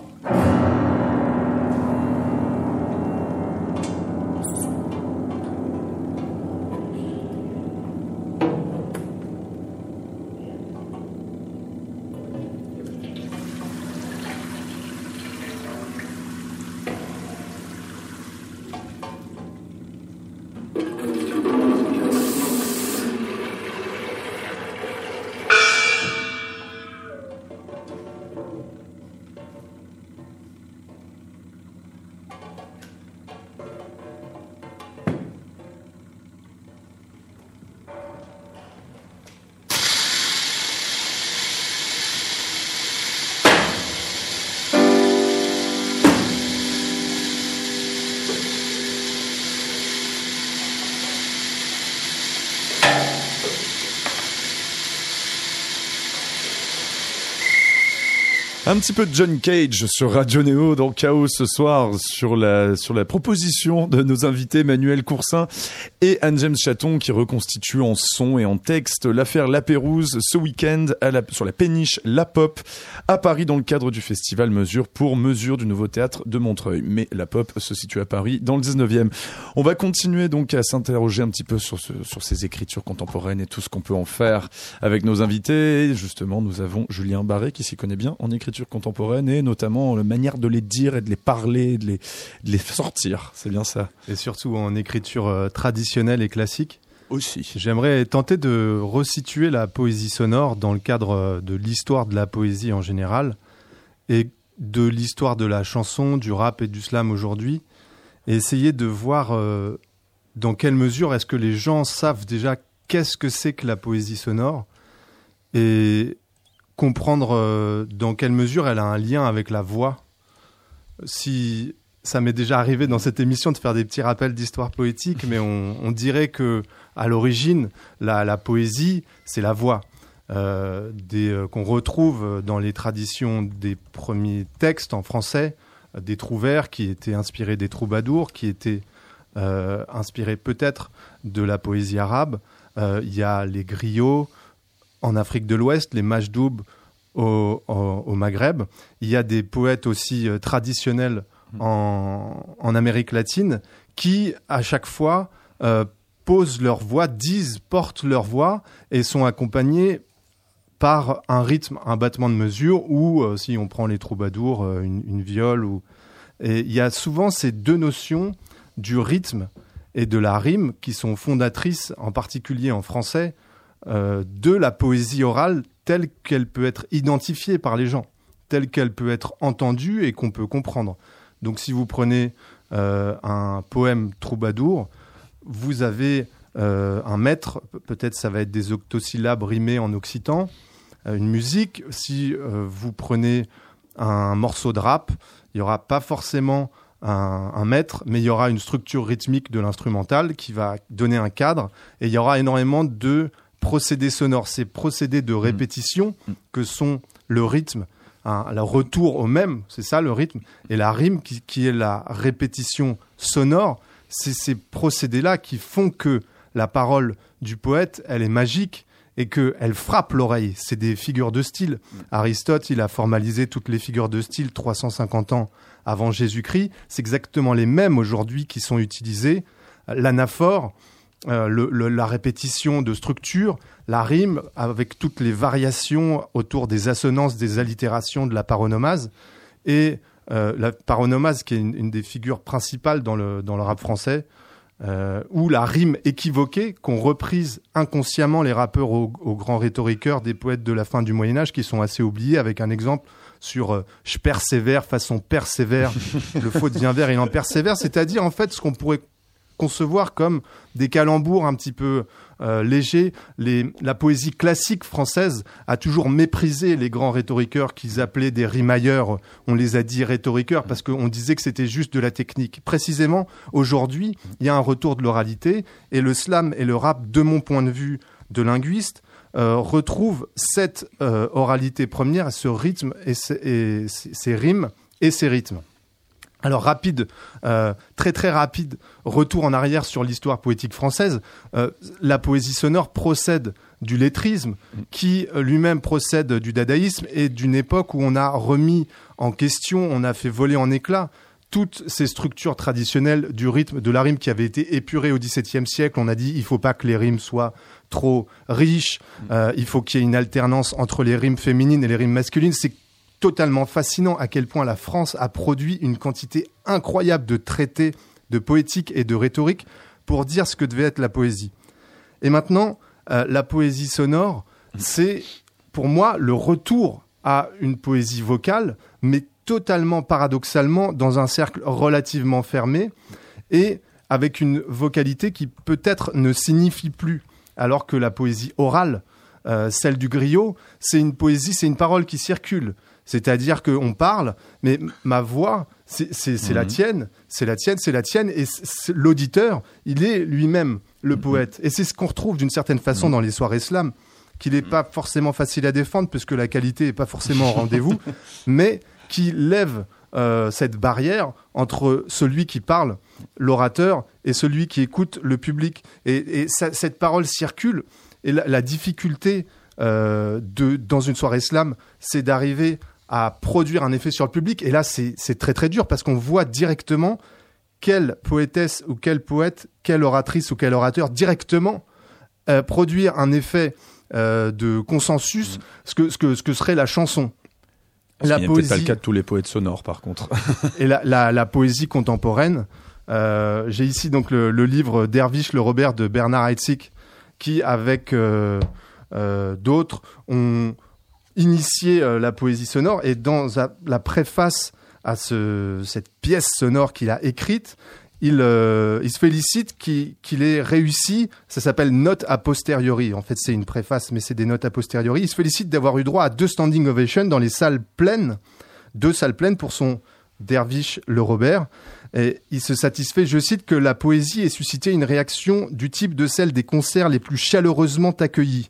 Un petit peu de John Cage sur Radio Néo dans Chaos ce soir sur la sur la proposition de nos invités Emmanuel Coursin et Anne-James Chaton qui reconstituent en son et en texte l'affaire La Pérouse ce week-end à la, sur la péniche La Pop à Paris dans le cadre du festival Mesure pour Mesure du Nouveau Théâtre de Montreuil. Mais La Pop se situe à Paris dans le dix-neuvième. On va continuer donc à s'interroger un petit peu sur ce, sur ces écritures contemporaines et tout ce qu'on peut en faire avec nos invités. Et justement, nous avons Julien Barré qui s'y connaît bien en écriture contemporaine et notamment la manière de les dire et de les parler, de les, de les sortir. C'est bien ça. Et surtout en écriture euh, traditionnelle et classique. Aussi. J'aimerais tenter de resituer la poésie sonore dans le cadre de l'histoire de la poésie en général et de l'histoire de la chanson, du rap et du slam aujourd'hui, et essayer de voir euh, dans quelle mesure est-ce que les gens savent déjà qu'est-ce que c'est que la poésie sonore et comprendre euh, dans quelle mesure elle a un lien avec la voix. Si ça m'est déjà arrivé dans cette émission de faire des petits rappels d'histoire poétique, mais on, on dirait que à l'origine, la, la poésie, c'est la voix. Euh, des, euh, qu'on retrouve dans les traditions des premiers textes en français, euh, des trouvères qui étaient inspirés des troubadours, qui étaient euh, inspirés peut-être de la poésie arabe. Euh, il y a les griots en Afrique de l'Ouest, les majdoub au, au, au Maghreb. Il y a des poètes aussi euh, traditionnels en, en Amérique latine qui, à chaque fois, euh, posent leur voix, disent, portent leur voix et sont accompagnés par un rythme, un battement de mesure ou, euh, si on prend les troubadours, euh, une, une viole. Ou... Et il y a souvent ces deux notions du rythme et de la rime qui sont fondatrices, en particulier en français, euh, de la poésie orale telle qu'elle peut être identifiée par les gens, telle qu'elle peut être entendue et qu'on peut comprendre. Donc si vous prenez euh, un poème troubadour, vous avez euh, un maître, peut-être ça va être des octosyllabes rimés en occitan, euh, une musique. Si euh, vous prenez un morceau de rap, il n'y aura pas forcément un, un maître, mais il y aura une structure rythmique de l'instrumental qui va donner un cadre, et il y aura énormément de procédés sonores, ces procédés de répétition mmh. que sont le rythme, un, le retour au même, c'est ça le rythme, et la rime qui, qui est la répétition sonore. C'est ces procédés-là qui font que la parole du poète, elle est magique et qu'elle frappe l'oreille. C'est des figures de style. Aristote, il a formalisé toutes les figures de style trois cent cinquante ans avant Jésus-Christ. C'est exactement les mêmes aujourd'hui qui sont utilisées. L'anaphore, euh, le, le, la répétition de structure, la rime avec toutes les variations autour des assonances, des allitérations de la paronomase et Euh, la paronomase, qui est une, une des figures principales dans le, dans le rap français, euh, ou la rime équivoquée qu'ont reprise inconsciemment les rappeurs aux, aux grands rhétoriqueurs des poètes de la fin du Moyen-Âge, qui sont assez oubliés, avec un exemple sur euh, « je persévère façon persévère, le faux devient vert, il en persévère », c'est-à-dire en fait ce qu'on pourrait concevoir comme des calembours un petit peu euh, légers. Les, la poésie classique française a toujours méprisé les grands rhétoriqueurs qu'ils appelaient des rimailleurs. On les a dit rhétoriqueurs parce qu'on disait que c'était juste de la technique. Précisément, aujourd'hui, il y a un retour de l'oralité et le slam et le rap, de mon point de vue de linguiste, euh, retrouvent cette euh, oralité première, ce rythme et ces, et ces rimes et ces rythmes. Alors rapide, euh, très très rapide, retour en arrière sur l'histoire poétique française. Euh, la poésie sonore procède du lettrisme, qui lui-même procède du dadaïsme et d'une époque où on a remis en question, on a fait voler en éclats toutes ces structures traditionnelles du rythme, de la rime qui avaient été épurées au dix-septième siècle. On a dit il faut pas que les rimes soient trop riches, euh, il faut qu'il y ait une alternance entre les rimes féminines et les rimes masculines. C'est totalement fascinant à quel point la France a produit une quantité incroyable de traités, de poétique et de rhétorique pour dire ce que devait être la poésie. Et maintenant, euh, la poésie sonore, c'est pour moi le retour à une poésie vocale, mais totalement paradoxalement dans un cercle relativement fermé et avec une vocalité qui peut-être ne signifie plus, alors que la poésie orale, euh, celle du griot, c'est une poésie, c'est une parole qui circule. C'est-à-dire qu'on parle, mais ma voix, c'est, c'est, c'est mmh. la tienne, c'est la tienne, c'est la tienne, et c'est, l'auditeur, il est lui-même le mmh. poète. Et c'est ce qu'on retrouve d'une certaine façon mmh. dans les soirées slam, qu'il n'est mmh. pas forcément facile à défendre, puisque la qualité n'est pas forcément au rendez-vous, mais qui lève euh, cette barrière entre celui qui parle, l'orateur, et celui qui écoute, le public. Et, et ça, cette parole circule, et la, la difficulté euh, de, dans une soirée slam, c'est d'arriver à produire un effet sur le public. Et là, c'est, c'est très très dur parce qu'on voit directement quelle poétesse ou quel poète, quelle oratrice ou quel orateur directement euh, produire un effet euh, de consensus, mmh. ce, que, ce, que, ce que serait la chanson. Parce la qu'il n'y a poésie... peut-être pas le cas de tous les poètes sonores, par contre. Et la, la, la poésie contemporaine, euh, j'ai ici donc le, le livre Derviche le Robert de Bernard Heidsieck, qui, avec euh, euh, d'autres, ont initié euh, la poésie sonore. Et dans a, la préface à ce, cette pièce sonore qu'il a écrite, il, euh, il se félicite qu'il, qu'il ait réussi. Ça s'appelle note a posteriori. En fait, c'est une préface, mais c'est des notes a posteriori. Il se félicite d'avoir eu droit à deux standing ovations dans les salles pleines, deux salles pleines pour son Dervish Le Robert. Et il se satisfait, je cite, que la poésie ait suscité une réaction du type de celle des concerts les plus chaleureusement accueillis.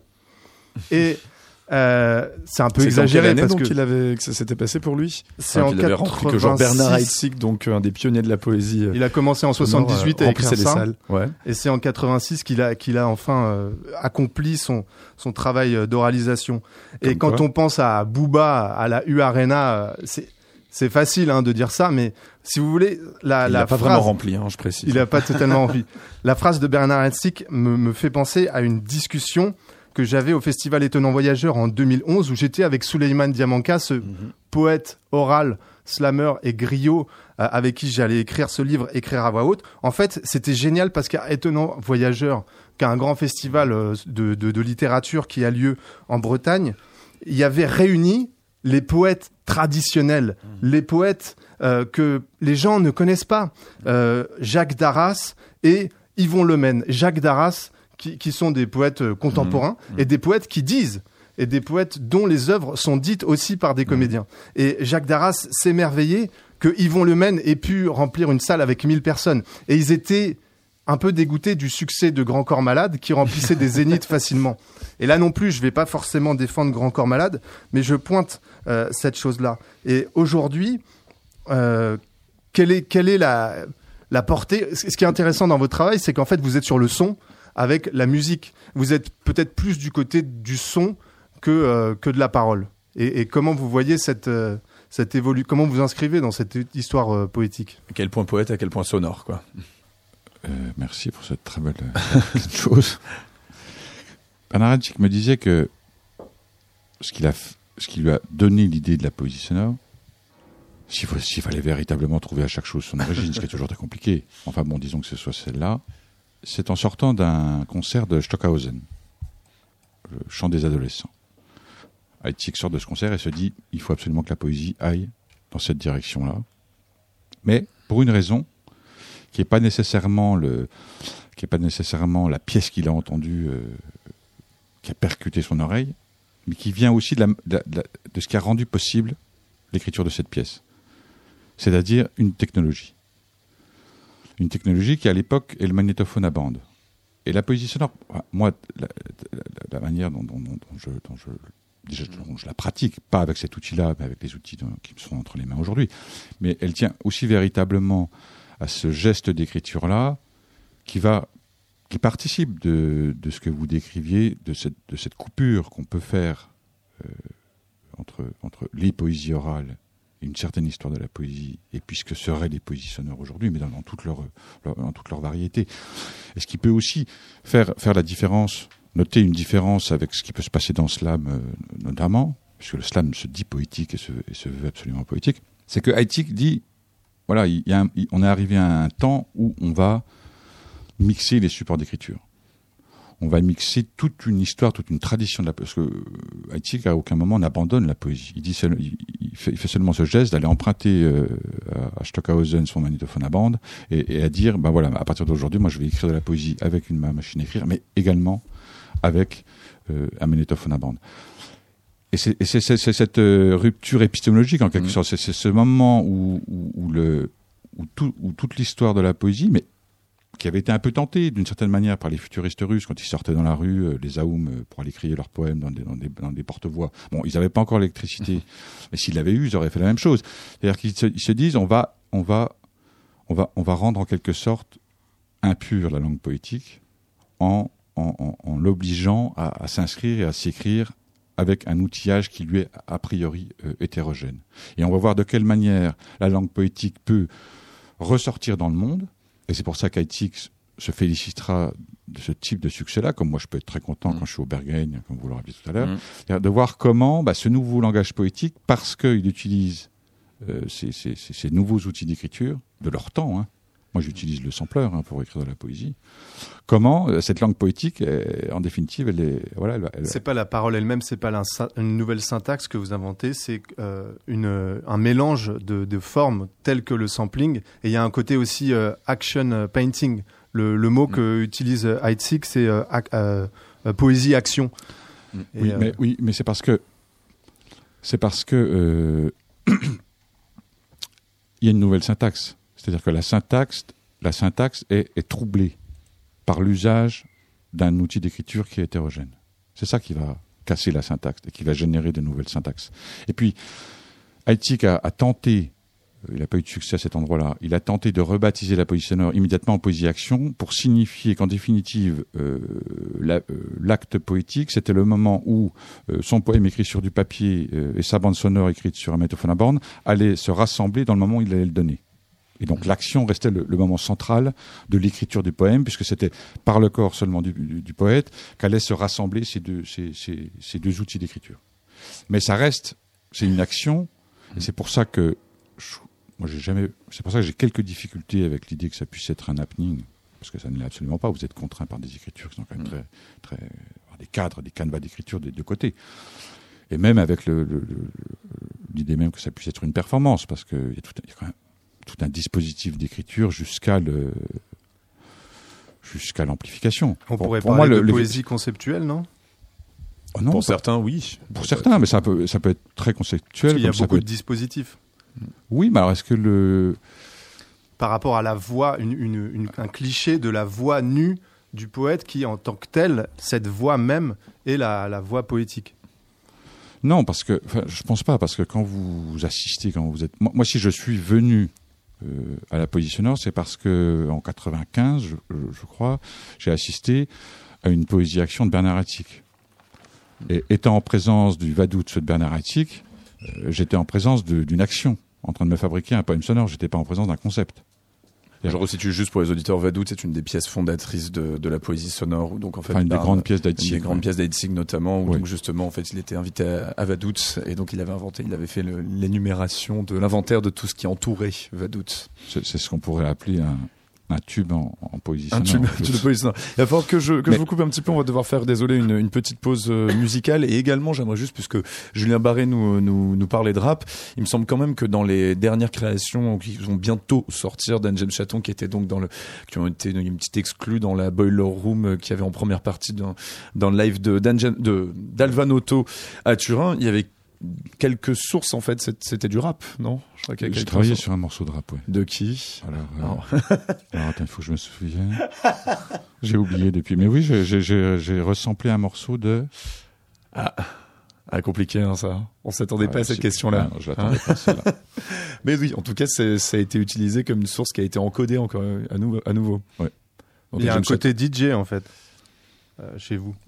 Et euh, c'est un peu c'est exagéré année, parce donc que il avait, que ça s'était passé pour lui. C'est enfin, en quatre-vingt-six. Que genre Bernard Haitzik, donc un des pionniers de la poésie. Il a commencé en soixante-dix-huit à écrire ça. Salles. Ouais. Et c'est en quatre-vingt-six qu'il a qu'il a enfin euh, accompli son son travail d'oralisation. Comme et quand quoi. on pense à Booba, à la U Arena, c'est c'est facile hein, de dire ça, mais si vous voulez, la, il la n'a pas phrase, vraiment rempli, hein, je précise. Il n'a pas totalement rempli. La phrase de Bernard Haitzik me, me fait penser à une discussion que j'avais au Festival Étonnant Voyageur en deux mille onze, où j'étais avec Souleymane Diamanka, ce mm-hmm. poète oral, slammer et griot, euh, avec qui j'allais écrire ce livre, écrire à voix haute. En fait, c'était génial parce qu'à Étonnant Voyageur, qu'un grand festival euh, de, de, de littérature qui a lieu en Bretagne, il y avait réuni les poètes traditionnels, mmh. les poètes euh, que les gens ne connaissent pas. Euh, Jacques Darras et Yvon Lemaine. Jacques Darras, qui, qui sont des poètes contemporains, mmh. et des poètes qui disent, et des poètes dont les œuvres sont dites aussi par des mmh. comédiens. Et Jacques Darras s'émerveillait que Yvon Lemaine ait pu remplir une salle avec mille personnes. Et ils étaient un peu dégoûtés du succès de Grand Corps Malade, qui remplissait des zéniths facilement. Et là non plus, je ne vais pas forcément défendre Grand Corps Malade, mais je pointe euh, cette chose-là. Et aujourd'hui, euh, quelle est, quelle est la, la portée ? Ce qui est intéressant dans votre travail, c'est qu'en fait, vous êtes sur le son avec la musique. Vous êtes peut-être plus du côté du son que, euh, que de la parole. Et, et comment vous voyez cette, euh, cette évolution ? Comment vous inscrivez dans cette histoire euh, poétique ? À quel point poète, à quel point sonore, quoi. Euh, merci pour cette très belle euh, chose. Bernard Haitzik me disait que ce, qu'il a f... ce qui lui a donné l'idée de la poésie sonore, s'il, faut... s'il fallait véritablement trouver à chaque chose son origine, ce qui est toujours très compliqué, enfin bon, disons que ce soit celle-là, c'est en sortant d'un concert de Stockhausen, le chant des adolescents. Haitzik sort de ce concert et se dit, il faut absolument que la poésie aille dans cette direction-là, mais pour une raison qui n'est pas nécessairement le, qui est pas nécessairement la pièce qu'il a entendue, euh, qui a percuté son oreille, mais qui vient aussi de, la, de, la, de ce qui a rendu possible l'écriture de cette pièce. C'est-à-dire une technologie. Une technologie qui, à l'époque, est le magnétophone à bande. Et la poésie sonore, moi, la, la, la manière dont, dont, dont, je, dont, je, déjà, dont je la pratique, pas avec cet outil-là, mais avec les outils dont, qui me sont entre les mains aujourd'hui, mais elle tient aussi véritablement à ce geste d'écriture-là, qui va, qui participe de, de ce que vous décriviez, de cette, de cette coupure qu'on peut faire euh, entre, entre les poésies orales et une certaine histoire de la poésie, et puis ce que seraient les poésies sonores aujourd'hui, mais dans, dans, toute leur, leur, dans toute leur variété. Et ce qui peut aussi faire, faire la différence, noter une différence avec ce qui peut se passer dans le slam, euh, notamment, puisque le slam se dit poétique et se, et se veut absolument poétique, c'est que Haitzik dit, voilà, il y a un, il, on est arrivé à un temps où on va mixer les supports d'écriture. On va mixer toute une histoire, toute une tradition de la poésie. Parce que Haitzik, à aucun moment, n'abandonne la poésie. Il, dit seul, il, il, fait, il fait seulement ce geste d'aller emprunter euh, à Stockhausen son magnétophone à bande et, et à dire, ben voilà, à partir d'aujourd'hui, moi je vais écrire de la poésie avec une machine à écrire, mais également avec euh, un magnétophone à bande. Et c'est, et c'est, c'est, c'est cette euh, rupture épistémologique, en quelque mmh. sorte. C'est, c'est ce moment où, où, où, le, où, tout, où toute l'histoire de la poésie, mais qui avait été un peu tentée, d'une certaine manière, par les futuristes russes, quand ils sortaient dans la rue, euh, les Aoum, euh, pour aller crier leurs poèmes dans des, dans des, dans des porte-voix. Bon, ils n'avaient pas encore l'électricité, mmh. mais s'ils l'avaient eu, ils auraient fait la même chose. C'est-à-dire qu'ils se, ils se disent, on va, on, va, on, va, on va rendre en quelque sorte impure la langue poétique en, en, en, en l'obligeant à, à s'inscrire et à s'écrire avec un outillage qui lui est a priori euh, hétérogène. Et on va voir de quelle manière la langue poétique peut ressortir dans le monde, et c'est pour ça qu'Haitzik se félicitera de ce type de succès-là, comme moi je peux être très content mmh. quand je suis au Berghain, comme vous l'aurez dit tout à l'heure, mmh. de voir comment bah, ce nouveau langage poétique, parce qu'il utilise euh, ces, ces, ces nouveaux outils d'écriture, de leur temps, hein, moi j'utilise le sampler hein, pour écrire de la poésie. Comment euh, cette langue poétique, est, en définitive, elle est voilà. Elle, elle... C'est pas la parole elle-même, c'est pas une nouvelle syntaxe que vous inventez, c'est euh, une un mélange de, de formes telles que le sampling. Et il y a un côté aussi euh, action painting. Le, le mot mmh. que utilise Heitzig, c'est euh, euh, euh, poésie action. Mmh. Oui, euh... mais oui, mais c'est parce que c'est parce que euh, il y a une nouvelle syntaxe. C'est-à-dire que la syntaxe, la syntaxe est, est troublée par l'usage d'un outil d'écriture qui est hétérogène. C'est ça qui va casser la syntaxe et qui va générer de nouvelles syntaxes. Et puis, Heitzig a, a tenté, il n'a pas eu de succès à cet endroit-là, il a tenté de rebaptiser la poésie sonore immédiatement en poésie-action pour signifier qu'en définitive, euh, la, euh, l'acte poétique, c'était le moment où euh, son poème écrit sur du papier euh, et sa bande sonore écrite sur un magnétophone à bande allaient se rassembler dans le moment où il allait le donner. Et donc l'action restait le, le moment central de l'écriture du poème, puisque c'était par le corps seulement du, du, du poète qu'allaient se rassembler ces deux, ces, ces, ces deux outils d'écriture. Mais ça reste, c'est une action, et c'est pour ça que je, moi j'ai jamais, c'est pour ça que j'ai quelques difficultés avec l'idée que ça puisse être un happening, parce que ça ne l'est absolument pas. Vous êtes contraint par des écritures qui sont quand même très, très, des cadres, des canevas d'écriture des deux côtés. Et même avec le, le, le, l'idée même que ça puisse être une performance, parce que il y a tout, il y a quand même tout un dispositif d'écriture jusqu'à le jusqu'à l'amplification. On pour, pourrait pour parler moi, de le, poésie le... conceptuelle, non oh non, pour pas... certains, oui. Pour certains, mais ça peut ça peut être très conceptuel. Parce qu'il y a beaucoup de être... dispositifs. Oui, mais alors est-ce que le par rapport à la voix, une, une, une, un cliché de la voix nue du poète qui, en tant que telle, cette voix même est la, la voix poétique. Non, parce que enfin, je pense pas, parce que quand vous assistez, quand vous êtes, moi, moi si je suis venu Euh, à la poésie sonore, c'est parce que en quatre-vingt-quinze, je, je crois, j'ai assisté à une poésie action de Bernard Haitink. Et étant en présence du Vaduz de Bernard Haitink, euh, j'étais en présence de, d'une action, en train de me fabriquer un poème sonore. J'étais pas en présence d'un concept. Je resitue juste pour les auditeurs, Vaduz c'est une des pièces fondatrices de, de la poésie sonore, donc en fait, enfin, une des grandes pièces d'Haitink, une des grandes ouais. pièces d'Haitink notamment, où oui. donc justement en fait il était invité à, à Vaduz et donc il avait inventé, il avait fait le, l'énumération de l'inventaire de tout ce qui entourait Vaduz. C'est, c'est ce qu'on pourrait appeler un, un tube en, en poésie sonore. Un tube, un tube de poésie sonore. Il va falloir que je que Mais... je vous coupe un petit peu. On va devoir faire, désolé, une, une petite pause euh, musicale. Et également, j'aimerais juste, puisque Julien Barré nous nous nous parlait de rap, il me semble quand même que dans les dernières créations qui vont bientôt sortir d'Anne James Chaton, qui était donc dans le, qui ont été une petite exclue dans la Boiler Room, qui avait en première partie dans dans le live de de d'Alvanotto à Turin, il y avait quelques sources en fait, c'était du rap, non? Je crois qu'il y a J'ai travaillé sources. sur un morceau de rap, ouais. De qui? Alors, euh... Alors attends, il faut que je me souvienne. J'ai oublié depuis, mais oui, j'ai, j'ai, j'ai ressamplé un morceau de. Ah, ah compliqué hein, ça. On s'attendait ah, pas à cette question-là. Ah, non, je l'attendais hein pas celle-là. Mais oui, en tout cas, c'est, ça a été utilisé comme une source qui a été encodée encore à nouveau. À nouveau. Ouais. Donc, il y a un côté D J en fait euh, chez vous.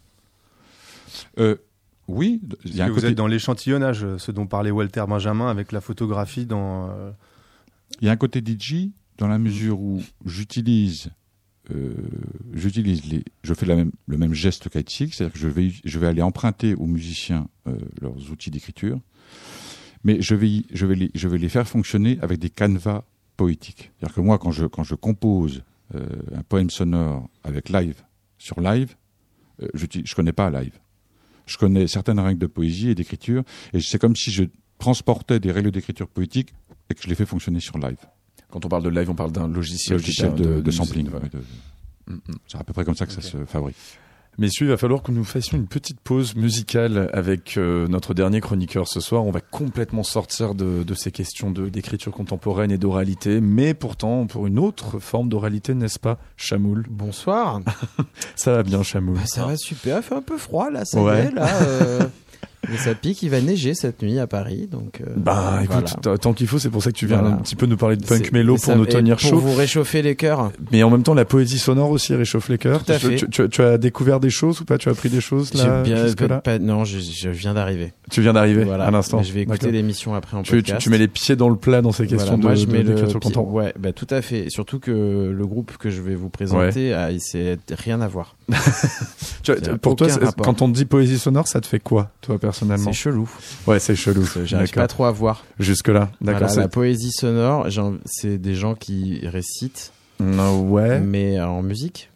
Euh, Oui, il y a un vous côté... êtes dans l'échantillonnage, ce dont parlait Walter Benjamin avec la photographie dans. Euh... Il y a un côté D J dans la mesure où j'utilise, euh, j'utilise les, je fais la même, le même geste qu'Haitink, c'est-à-dire que je vais, je vais aller emprunter aux musiciens euh, leurs outils d'écriture, mais je vais, je vais les, je vais les faire fonctionner avec des canevas poétiques. C'est-à-dire que moi, quand je, quand je compose euh, un poème sonore avec live sur live, euh, je, je connais pas live. Je connais certaines règles de poésie et d'écriture, et c'est comme si je transportais des règles d'écriture poétique et que je les fais fonctionner sur live. Quand on parle de live, on parle d'un logiciel, logiciel de, de, de, de sampling. Musique, ouais. de, de, c'est à peu près comme ça que okay. ça se fabrique. Messieurs, il va falloir que nous fassions une petite pause musicale avec euh, notre dernier chroniqueur ce soir. On va complètement sortir de, de ces questions de, d'écriture contemporaine et d'oralité, mais pourtant pour une autre forme d'oralité, n'est-ce pas, Chamoul? Bonsoir. Ça va bien, Chamoul? Bah, ça va super, il fait un peu froid là, ça ouais. y est, là. Euh... Mais ça pique, il va neiger cette nuit à Paris, donc. Euh, bah, écoute, voilà. Tant qu'il faut, c'est pour ça que tu viens voilà. un petit peu nous parler de punk c'est, mélo pour nous tenir pour chaud. Pour vous réchauffer les cœurs. Mais en même temps, la poésie sonore aussi réchauffe les cœurs. Tout à tu, fait. Tu, tu, tu as découvert des choses ou pas? Tu as appris des choses là? J'ai bien, jusque-là pas, non, je, je viens d'arriver. Tu viens d'arriver voilà. à l'instant. Mais je vais écouter D'accord. l'émission après en tu, podcast. Tu, tu mets les pieds dans le plat dans ces questions voilà, moi, de, je mets de, d'écriture le pied, contemporaine. ouais, bah tout à fait. Et surtout que le groupe que je vais vous présenter, ouais. a, c'est rien à voir. tu, pour toi, quand on te dit poésie sonore, ça te fait quoi, toi personnellement? C'est chelou. Ouais, c'est chelou. J'arrive pas trop à voir. Jusque là, d'accord. Voilà, la poésie sonore, genre, c'est des gens qui récitent Non, ouais. Mais en musique.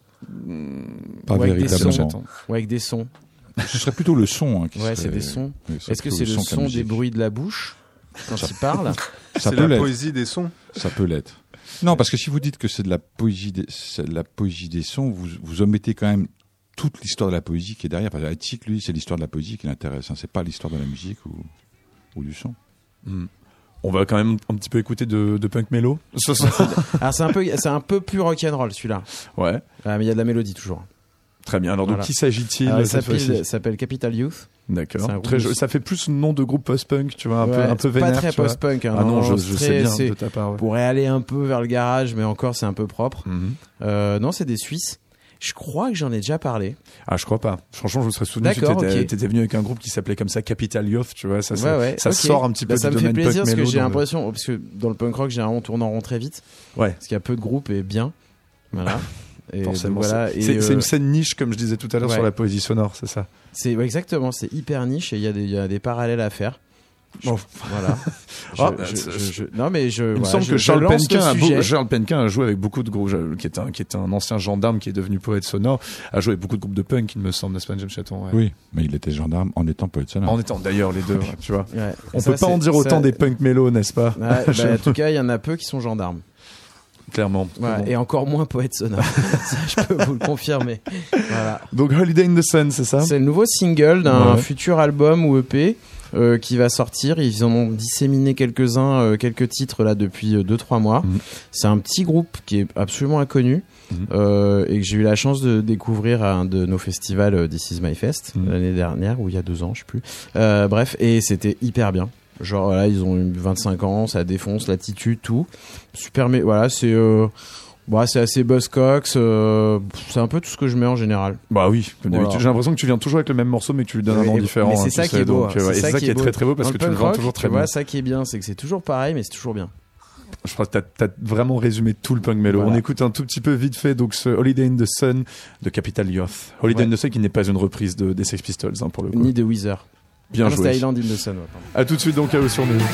Pas ou avec véritablement. des sons. Ou avec des sons. Ce serait plutôt le son. Hein, qui ouais, serait... c'est des sons. Oui, Est-ce que c'est le son, son des bruits de la bouche quand il parle? Ça c'est peut la l'être. Poésie des sons. Ça peut l'être. Non, parce que si vous dites que c'est de la poésie, des, c'est de la poésie des sons, vous, vous omettez quand même toute l'histoire de la poésie qui est derrière. Parce que Attic, lui, c'est l'histoire de la poésie qui l'intéresse. Hein. C'est pas l'histoire de la musique ou, ou du son. Mm. On va quand même un petit peu écouter de, de punk mélo. Alors c'est un peu, c'est un peu plus rock'n'roll celui-là. Ouais. Ah, mais il y a de la mélodie toujours. Très bien. Alors, voilà. de qui s'agit-il? Alors, il s'appelle, s'appelle Capital Youth. D'accord. Très joli. Ça fait plus nom de groupe post-punk, tu vois, un ouais, peu, un peu vénère. Pas très post-punk. Hein, ah non, non je, je sais bien c'est, de ta part. Ouais. Pourrait aller un peu vers le garage, mais encore c'est un peu propre. Mm-hmm. Euh, non, c'est des Suisses. Je crois que j'en ai déjà parlé. Ah, je crois pas. Franchement, je me serais souvenu que tu étais, okay. t'étais venu avec un groupe qui s'appelait comme ça Capital Youth, tu vois. Ça, ouais, ça, ouais, ça okay. sort un petit peu bah, du ça me domaine fait plaisir punk parce que j'ai le... l'impression, parce que dans le punk rock, généralement, on tourne en rond très vite. Ouais. Parce qu'il y a peu de groupes et bien. Voilà. Et forcément, voilà. c'est, et c'est, euh... c'est une scène niche, comme je disais tout à l'heure, ouais. sur la poésie sonore, c'est ça. C'est ouais, exactement, c'est hyper niche et il y, y a des parallèles à faire. Je, oh. Voilà. je, oh, je, je, je, non mais je. Il voilà, me semble je, que Charles Penquin, a beau, sujet. Charles Penquin a joué avec beaucoup de groupes, qui est un qui est un ancien gendarme qui est devenu poète sonore, a joué avec beaucoup de groupes de punk, il me semble, n'est-ce pas, James Chaton? Ouais. Oui, mais il était gendarme en étant poète sonore. En étant d'ailleurs les deux, ouais, tu vois. Ouais. On ça, peut pas en dire autant ça... des punk mélos, n'est-ce pas? Ouais, bah, en tout cas, il y en a peu qui sont gendarmes. Clairement. Ouais, bon. Et encore moins poète sonore. Ça, je peux vous le confirmer. Voilà. Donc Holiday in the Sun, c'est ça? C'est le nouveau single d'un ouais. futur album ou E P euh, qui va sortir. Ils en ont disséminé quelques-uns, euh, quelques titres là depuis deux trois mois. Mmh. C'est un petit groupe qui est absolument inconnu mmh. euh, et que j'ai eu la chance de découvrir à un de nos festivals, euh, This Is My Fest, mmh. l'année dernière ou il y a deux ans, je sais plus. Euh, bref, et c'était hyper bien. Genre là, ils ont eu vingt-cinq ans, ça défonce, l'attitude, tout. Super, mais voilà, c'est euh, bah, c'est assez Buzzcocks, euh, c'est un peu tout ce que je mets en général. Bah oui, comme voilà. d'habitude. J'ai l'impression que tu viens toujours avec le même morceau, mais que tu lui donnes mais, un nom différent. Mais c'est hein, ça qui sais, est beau. donc, c'est, ouais, ça c'est ça qui est, est beau. très très beau parce Dans que tu le vends rock, toujours très tu bien. vois, ça qui est bien, c'est que c'est toujours pareil, mais c'est toujours bien. Je crois que t'as, t'as vraiment résumé tout le punk mélo. Voilà. On écoute un tout petit peu vite fait donc ce Holiday in the Sun de Capital Youth. Holiday ouais. in the Sun qui n'est pas une reprise de, des Sex Pistols hein, pour le coup. Ni de Weezer. Bien ah, joué. C'est Island in the Sun. Ouais, à tout de suite donc à eux sur nous.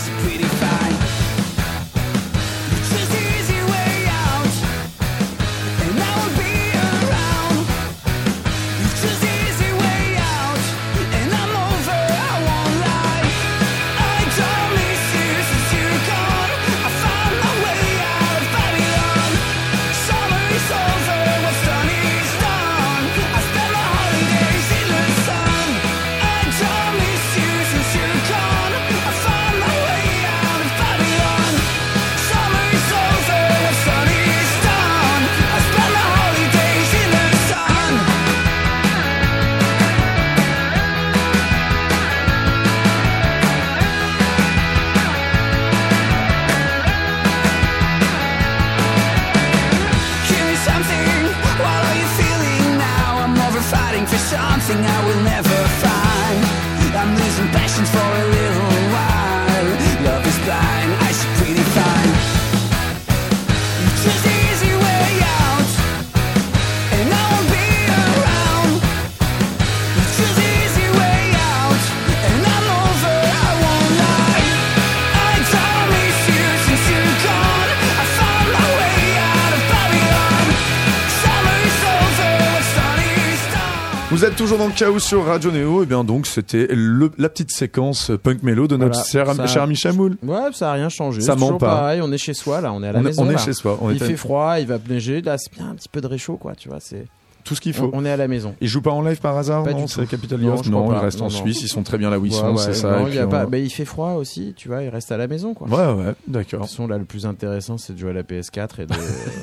Vous êtes toujours dans le chaos sur Radio Néo, et bien donc c'était le, la petite séquence punk mélo de notre voilà, cher, cher Michel Moule. Ouais, ça a rien changé. Ça c'est ment toujours pas. pareil, on est chez soi là, on est à la on maison. Est, on là. est chez soi. On il est fait à... froid, il va neiger, là c'est bien un petit peu de réchaud quoi, tu vois, c'est tout ce qu'il faut. On, on est à la maison. Ils jouent pas en live par hasard? Pas non, du c'est tout. Capital Non, Youth. Non, non ils restent non, en non. Suisse, ils sont très bien là où ils ouais, sont, ouais, c'est ça. Non, il y a on... pas... bah, il fait froid aussi, tu vois, il reste à la maison quoi. Ouais, ouais, d'accord. De toute façon, là, le plus intéressant, c'est de jouer à la P S quatre et de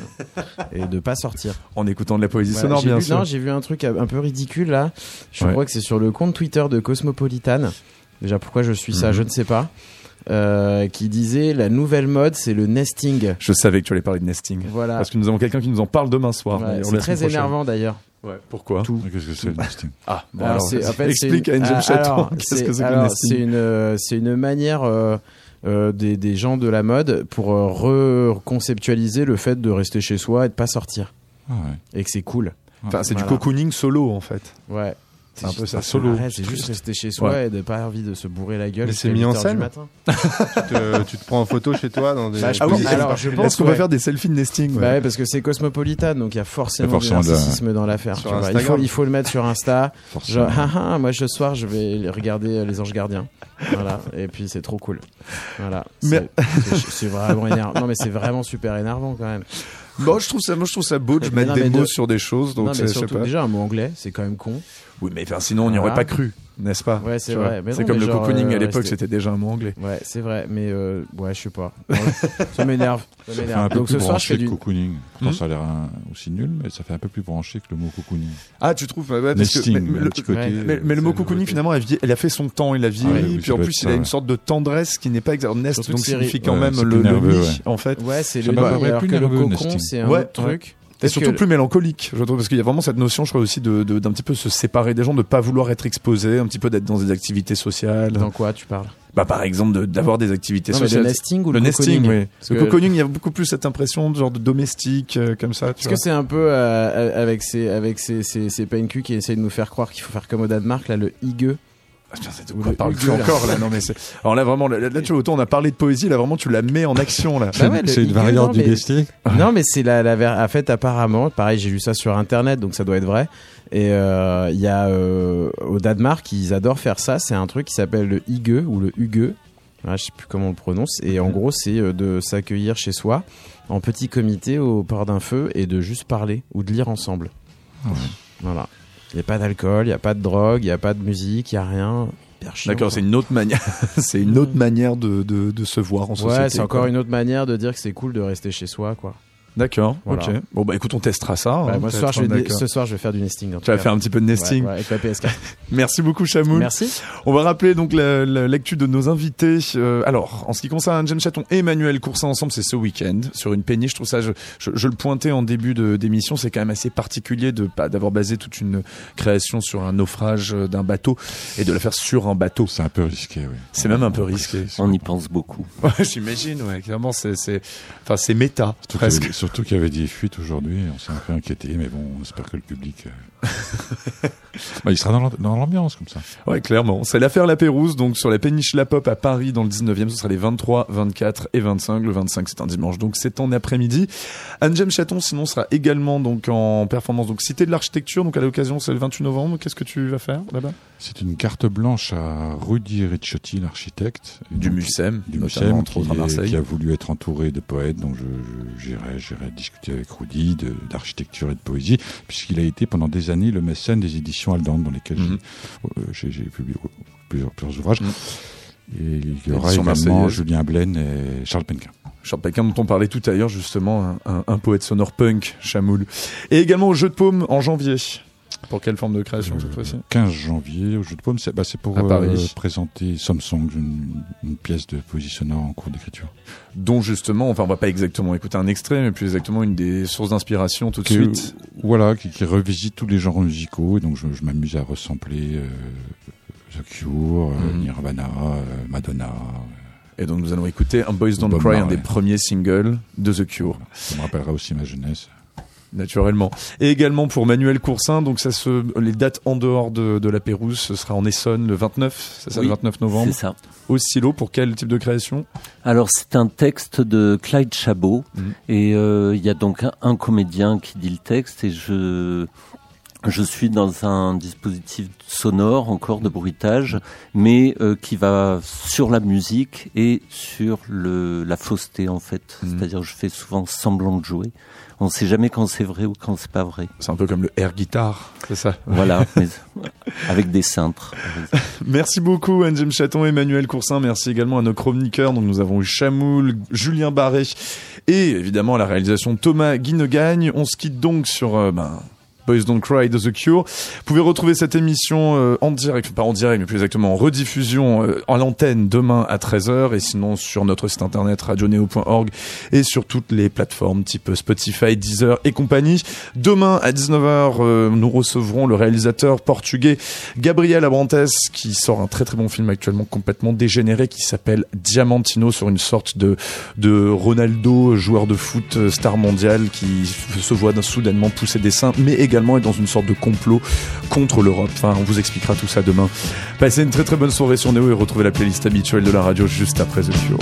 et de pas sortir. En écoutant de la poésie voilà, sonore, bien vu, sûr. Non, j'ai vu un truc un peu ridicule là. Je ouais. crois que c'est sur le compte Twitter de Cosmopolitan. Déjà, pourquoi je suis ça, mm-hmm. je ne sais pas. Euh, qui disait la nouvelle mode c'est le nesting. Je savais que tu allais parler de nesting. Voilà. Parce que nous avons quelqu'un qui nous en parle demain soir. Ouais, c'est très énervant d'ailleurs. Ouais. Pourquoi? Tout. Qu'est-ce que c'est le nesting? Ah, bon, alors, alors c'est, en fait, explique c'est une... à Angel Chaton qu'est-ce que c'est que le nesting. C'est une, c'est une manière euh, euh, des, des gens de la mode pour euh, reconceptualiser le fait de rester chez soi et de pas sortir. Ah ouais. Et que c'est cool. Enfin, c'est voilà. du cocooning solo en fait. Ouais. C'est un peu ça, solo. Arrête, c'est juste rester chez soi Ouais. et de pas avoir envie de se bourrer la gueule. Mais c'est jusqu'à mis huit en heures scène du matin. tu, te, tu te prends en photo chez toi dans des. Bah, je Ah pense- oui, alors, je pense est-ce qu'on ouais. va faire des selfies de nesting ouais. Bah ouais, parce que c'est cosmopolitane, donc il y a forcément, Il y a forcément du de la- narcissisme dans l'affaire. Sur tu vois. Il Instagram. faut, il faut le mettre sur Insta. Forcément. Genre, ah, ah, moi ce soir je vais regarder Les Anges Gardiens. Voilà, et puis c'est trop cool. Voilà. Mais- C'est, c'est- c'est vraiment énervant. Non, mais c'est vraiment super énervant quand même. Bon, je trouve ça, moi je trouve ça beau de Mais mettre non, des mais mots de- sur des choses, donc non, c'est- mais je sais surtout, pas. déjà un mot anglais, c'est quand même con. Oui, mais enfin, sinon on n'y aurait Voilà. pas cru, n'est-ce pas? Ouais, c'est Tu vrai. vois. Mais C'est non, comme mais le genre, cocooning à euh, l'époque, rester- c'était déjà un mot anglais. Ouais, c'est vrai, mais euh, ouais, je sais pas. Non, ça m'énerve. Ça Ça fait m'énerve. un peu Donc plus ce soir, je branché fais que du. cocooning. Pourtant, Hmm. ça a l'air un- aussi nul, mais ça fait un peu plus branché que le mot cocooning. Ah, tu trouves ouais, parce que, Nesting, mais, mais le, un petit côté. ouais. mais, mais le mot c'est cocooning, nouveauté. finalement, a, vie- elle a fait son temps, il a vieilli, Ah oui, oui, puis ça en doit plus, être il a ça, une ouais. sorte de tendresse qui n'est pas exact. Nest, Surtout donc que c'est signifie ri- quand ouais, même c'est le, plus le nerveux, nid, ouais. en fait. Ouais, c'est Ça le. me paraît Alors plus que le nerveux, cocon, nesting. c'est un Ouais, autre truc. Et Peut-être surtout que- plus mélancolique, je trouve, parce qu'il y a vraiment cette notion, je crois aussi, de, de- d'un petit peu se séparer des gens, de pas vouloir être exposé, un petit peu d'être dans des activités sociales. Dans quoi tu parles? Bah, par exemple, de- d'avoir des activités Non, mais sociales. le nesting ou le le nesting, cocooning oui. Parce Le que- cocooning, il y a beaucoup plus cette impression de genre de domestique, euh, comme ça, tu Est-ce vois. que c'est un peu euh, avec ces avec ces ces, ces P N Q qui essayent de nous faire croire qu'il faut faire comme au Danemark là le higueux? Ah, putain, c'est de Ou quoi le parles-tu Hugues, là. encore, là? Non, mais c'est, alors là, vraiment, là, là, tu vois, autant on a parlé de poésie, là, vraiment, tu la mets en action, là. Bah ouais, le C'est une higueux, variante non, du mais- nesting. Non, mais c'est la la ver- en fait apparemment, pareil, j'ai lu ça sur internet, donc ça doit être vrai. Et euh, il y a euh, au Danemark, ils adorent faire ça. C'est un truc qui s'appelle le hygge ou le hygge. Ah, je sais plus comment on le prononce. Et en gros, c'est euh, de s'accueillir chez soi en petit comité au port d'un feu et de juste parler ou de lire ensemble. Ah ouais. Voilà. Il n'y a pas d'alcool, il n'y a pas de drogue, il n'y a pas de musique, il n'y a rien. Hyper chiant, D'accord, quoi. c'est une autre manière, c'est une autre manière de, de, de se voir en société. Ouais, c'est encore quoi. une autre manière de dire que c'est cool de rester chez soi, quoi. D'accord, Voilà. ok. Bon, bah, écoute, on testera ça. Ouais, hein, moi, ce peut-être, soir, je vais, hein, dé- d'accord. ce soir, je vais faire du nesting. en tout Tu vas cas. faire un petit peu de nesting. Ouais, ouais, avec la P S quatre. Merci beaucoup, Chamoul. Merci. On va rappeler donc la, la lecture de nos invités. Euh, alors, en ce qui concerne James Chaton et Emmanuel Coursin ensemble, c'est ce week-end sur une péniche. Je trouve ça, je, je, je le pointais en début de, d'émission, c'est quand même assez particulier de pas d'avoir basé toute une création sur un naufrage d'un bateau et de la faire sur un bateau. C'est un peu risqué, oui. C'est même un peu risqué. On y pense beaucoup. Ouais, j'imagine. Ouais, clairement, c'est, c'est, enfin, c'est méta Surtout qu'il y presque. avait- Surtout qu'il y avait des fuites aujourd'hui, on s'est un peu inquiété, mais bon, on espère que le public. euh, bah, il sera dans l'am- dans l'ambiance comme ça. Ouais, clairement. C'est l'affaire La Pérouse, donc sur la péniche La Pop à Paris dans le dix-neuvième. Ce sera les vingt-trois, vingt-quatre et vingt-cinq. Le vingt-cinq, c'est un dimanche, donc c'est en après-midi. Anne-Jem Chaton, sinon, sera également donc en performance. Donc Cité de l'Architecture, donc à l'occasion, c'est le vingt-huit novembre. Qu'est-ce que tu vas faire là-bas? C'est une carte blanche à Rudy Ricciotti, l'architecte. Et Du donc, Mucem, du notamment, Mucem, entre qui, autres, à est- Marseille. qui a voulu être entouré de poètes, donc je, je- j'irai, j'irai discuter avec Rudy de, d'architecture et de poésie, puisqu'il a été pendant des années le mécène des éditions Aldante, dans lesquelles Mhm. j'ai, euh, j'ai, j'ai publié plusieurs, plusieurs ouvrages. Mhm. Et il y aura Édition également marseillaise. Julien Blaine et Charles Penquin. Charles Pékin, dont on parlait tout à l'heure, justement, un, un, un poète sonore punk, Chamoul. Et également au Jeu de Paume en janvier. Pour quelle forme de création cette fois-ci? quinze janvier, au Jeu de Paume, c'est, bah, c'est pour À Paris. euh, présenter Samsung, une, une pièce de poésie sonore en cours d'écriture. Dont justement, enfin on va pas exactement écouter un extrait, mais plus exactement une des sources d'inspiration tout de Qui- suite. Voilà, qui, qui revisite tous les genres musicaux, et donc je, je m'amuse à ressembler euh, The Cure, euh, Mhm. Nirvana, euh, Madonna. Et donc nous allons écouter un Boys Don't Bob Cry, un Marley. des premiers singles de The Cure. Ça me rappellera aussi ma jeunesse. Naturellement. Et également pour Manuel Coursin, donc ça se, les dates en dehors de, de la Pérouse, ce sera en Essonne le vingt-neuf, c'est ça, Oui, le vingt-neuf novembre. C'est ça. Au Silo, pour quel type de création? Alors c'est un texte de Clyde Chabot Mhm. et euh, il y a donc un, un comédien qui dit le texte et je je suis dans un dispositif sonore encore de bruitage, mais euh, qui va sur la musique et sur le la fausseté en fait. Mhm. C'est-à-dire que je fais souvent semblant de jouer. On ne sait jamais quand c'est vrai ou quand c'est pas vrai. C'est un peu comme le air guitar, c'est ça. Voilà, mais avec des cintres. Merci beaucoup Anne-Jem Chaton et Emmanuel Coursin. Merci également à nos chroniqueurs. Donc nous avons eu Chamoul, Julien Barré et évidemment à la réalisation Thomas Guinegagne. On se quitte donc sur euh, ben, Boys Don't Cry de The Cure. Vous pouvez retrouver cette émission euh, en direct, pas en direct, mais plus exactement en rediffusion euh, à l'antenne demain à treize heures et sinon sur notre site internet radioneo point org et sur toutes les plateformes type Spotify, Deezer et compagnie. Demain à dix-neuf heures, euh, nous recevrons le réalisateur portugais Gabriel Abrantes qui sort un très très bon film actuellement complètement dégénéré qui s'appelle Diamantino, sur une sorte de, de Ronaldo, joueur de foot, star mondial qui se voit d'un soudainement pousser des seins, mais également également est dans une sorte de complot contre l'Europe. Enfin, on vous expliquera tout ça demain. Passez une très très bonne soirée sur Néo et retrouvez la playlist habituelle de la radio juste après The Cure.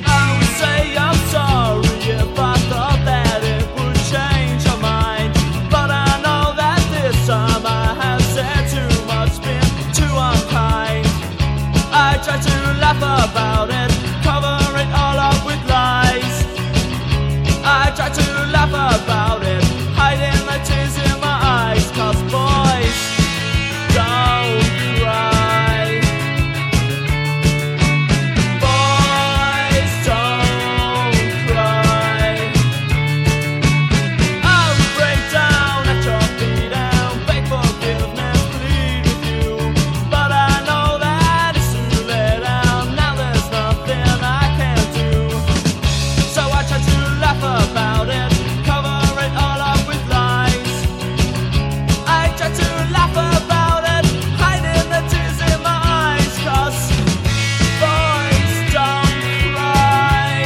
About it, cover it all up with lies. I try to laugh about it, hiding the tears in my eyes. Cause boys don't cry. Boys don't cry. I will break down at your feet and beg forgiveness, plead with you. But I know that it's too late and now there's nothing I can do. So I try to laugh about it, cover it all up with lies. I try to laugh about it, hiding the tears in my eyes. Cause boys don't cry.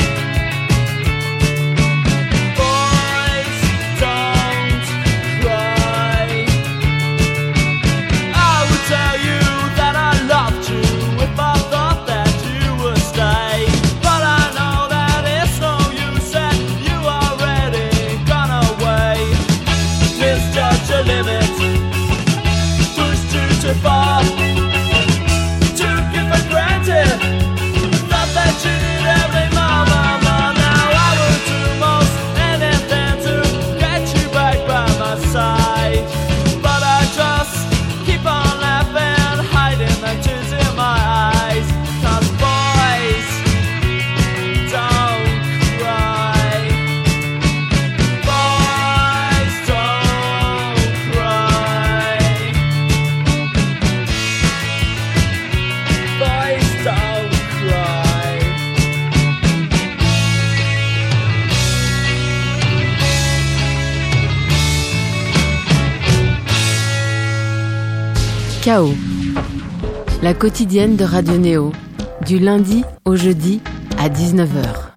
Boys don't cry. I would tell you that I loved you if I thought that you would stay. But I know that it's no use and you already gone away. Misjudged your limits, pushed you too far, took you for granted, thought that you did every moment. Now I would do most anything to get you back by my side. But I just keep on laughing, hiding the tears in my eyes. Cause boys don't cry. Boys don't cry. Boys don't cry. K O. La quotidienne de Radio Néo. Du lundi au jeudi à dix-neuf heures.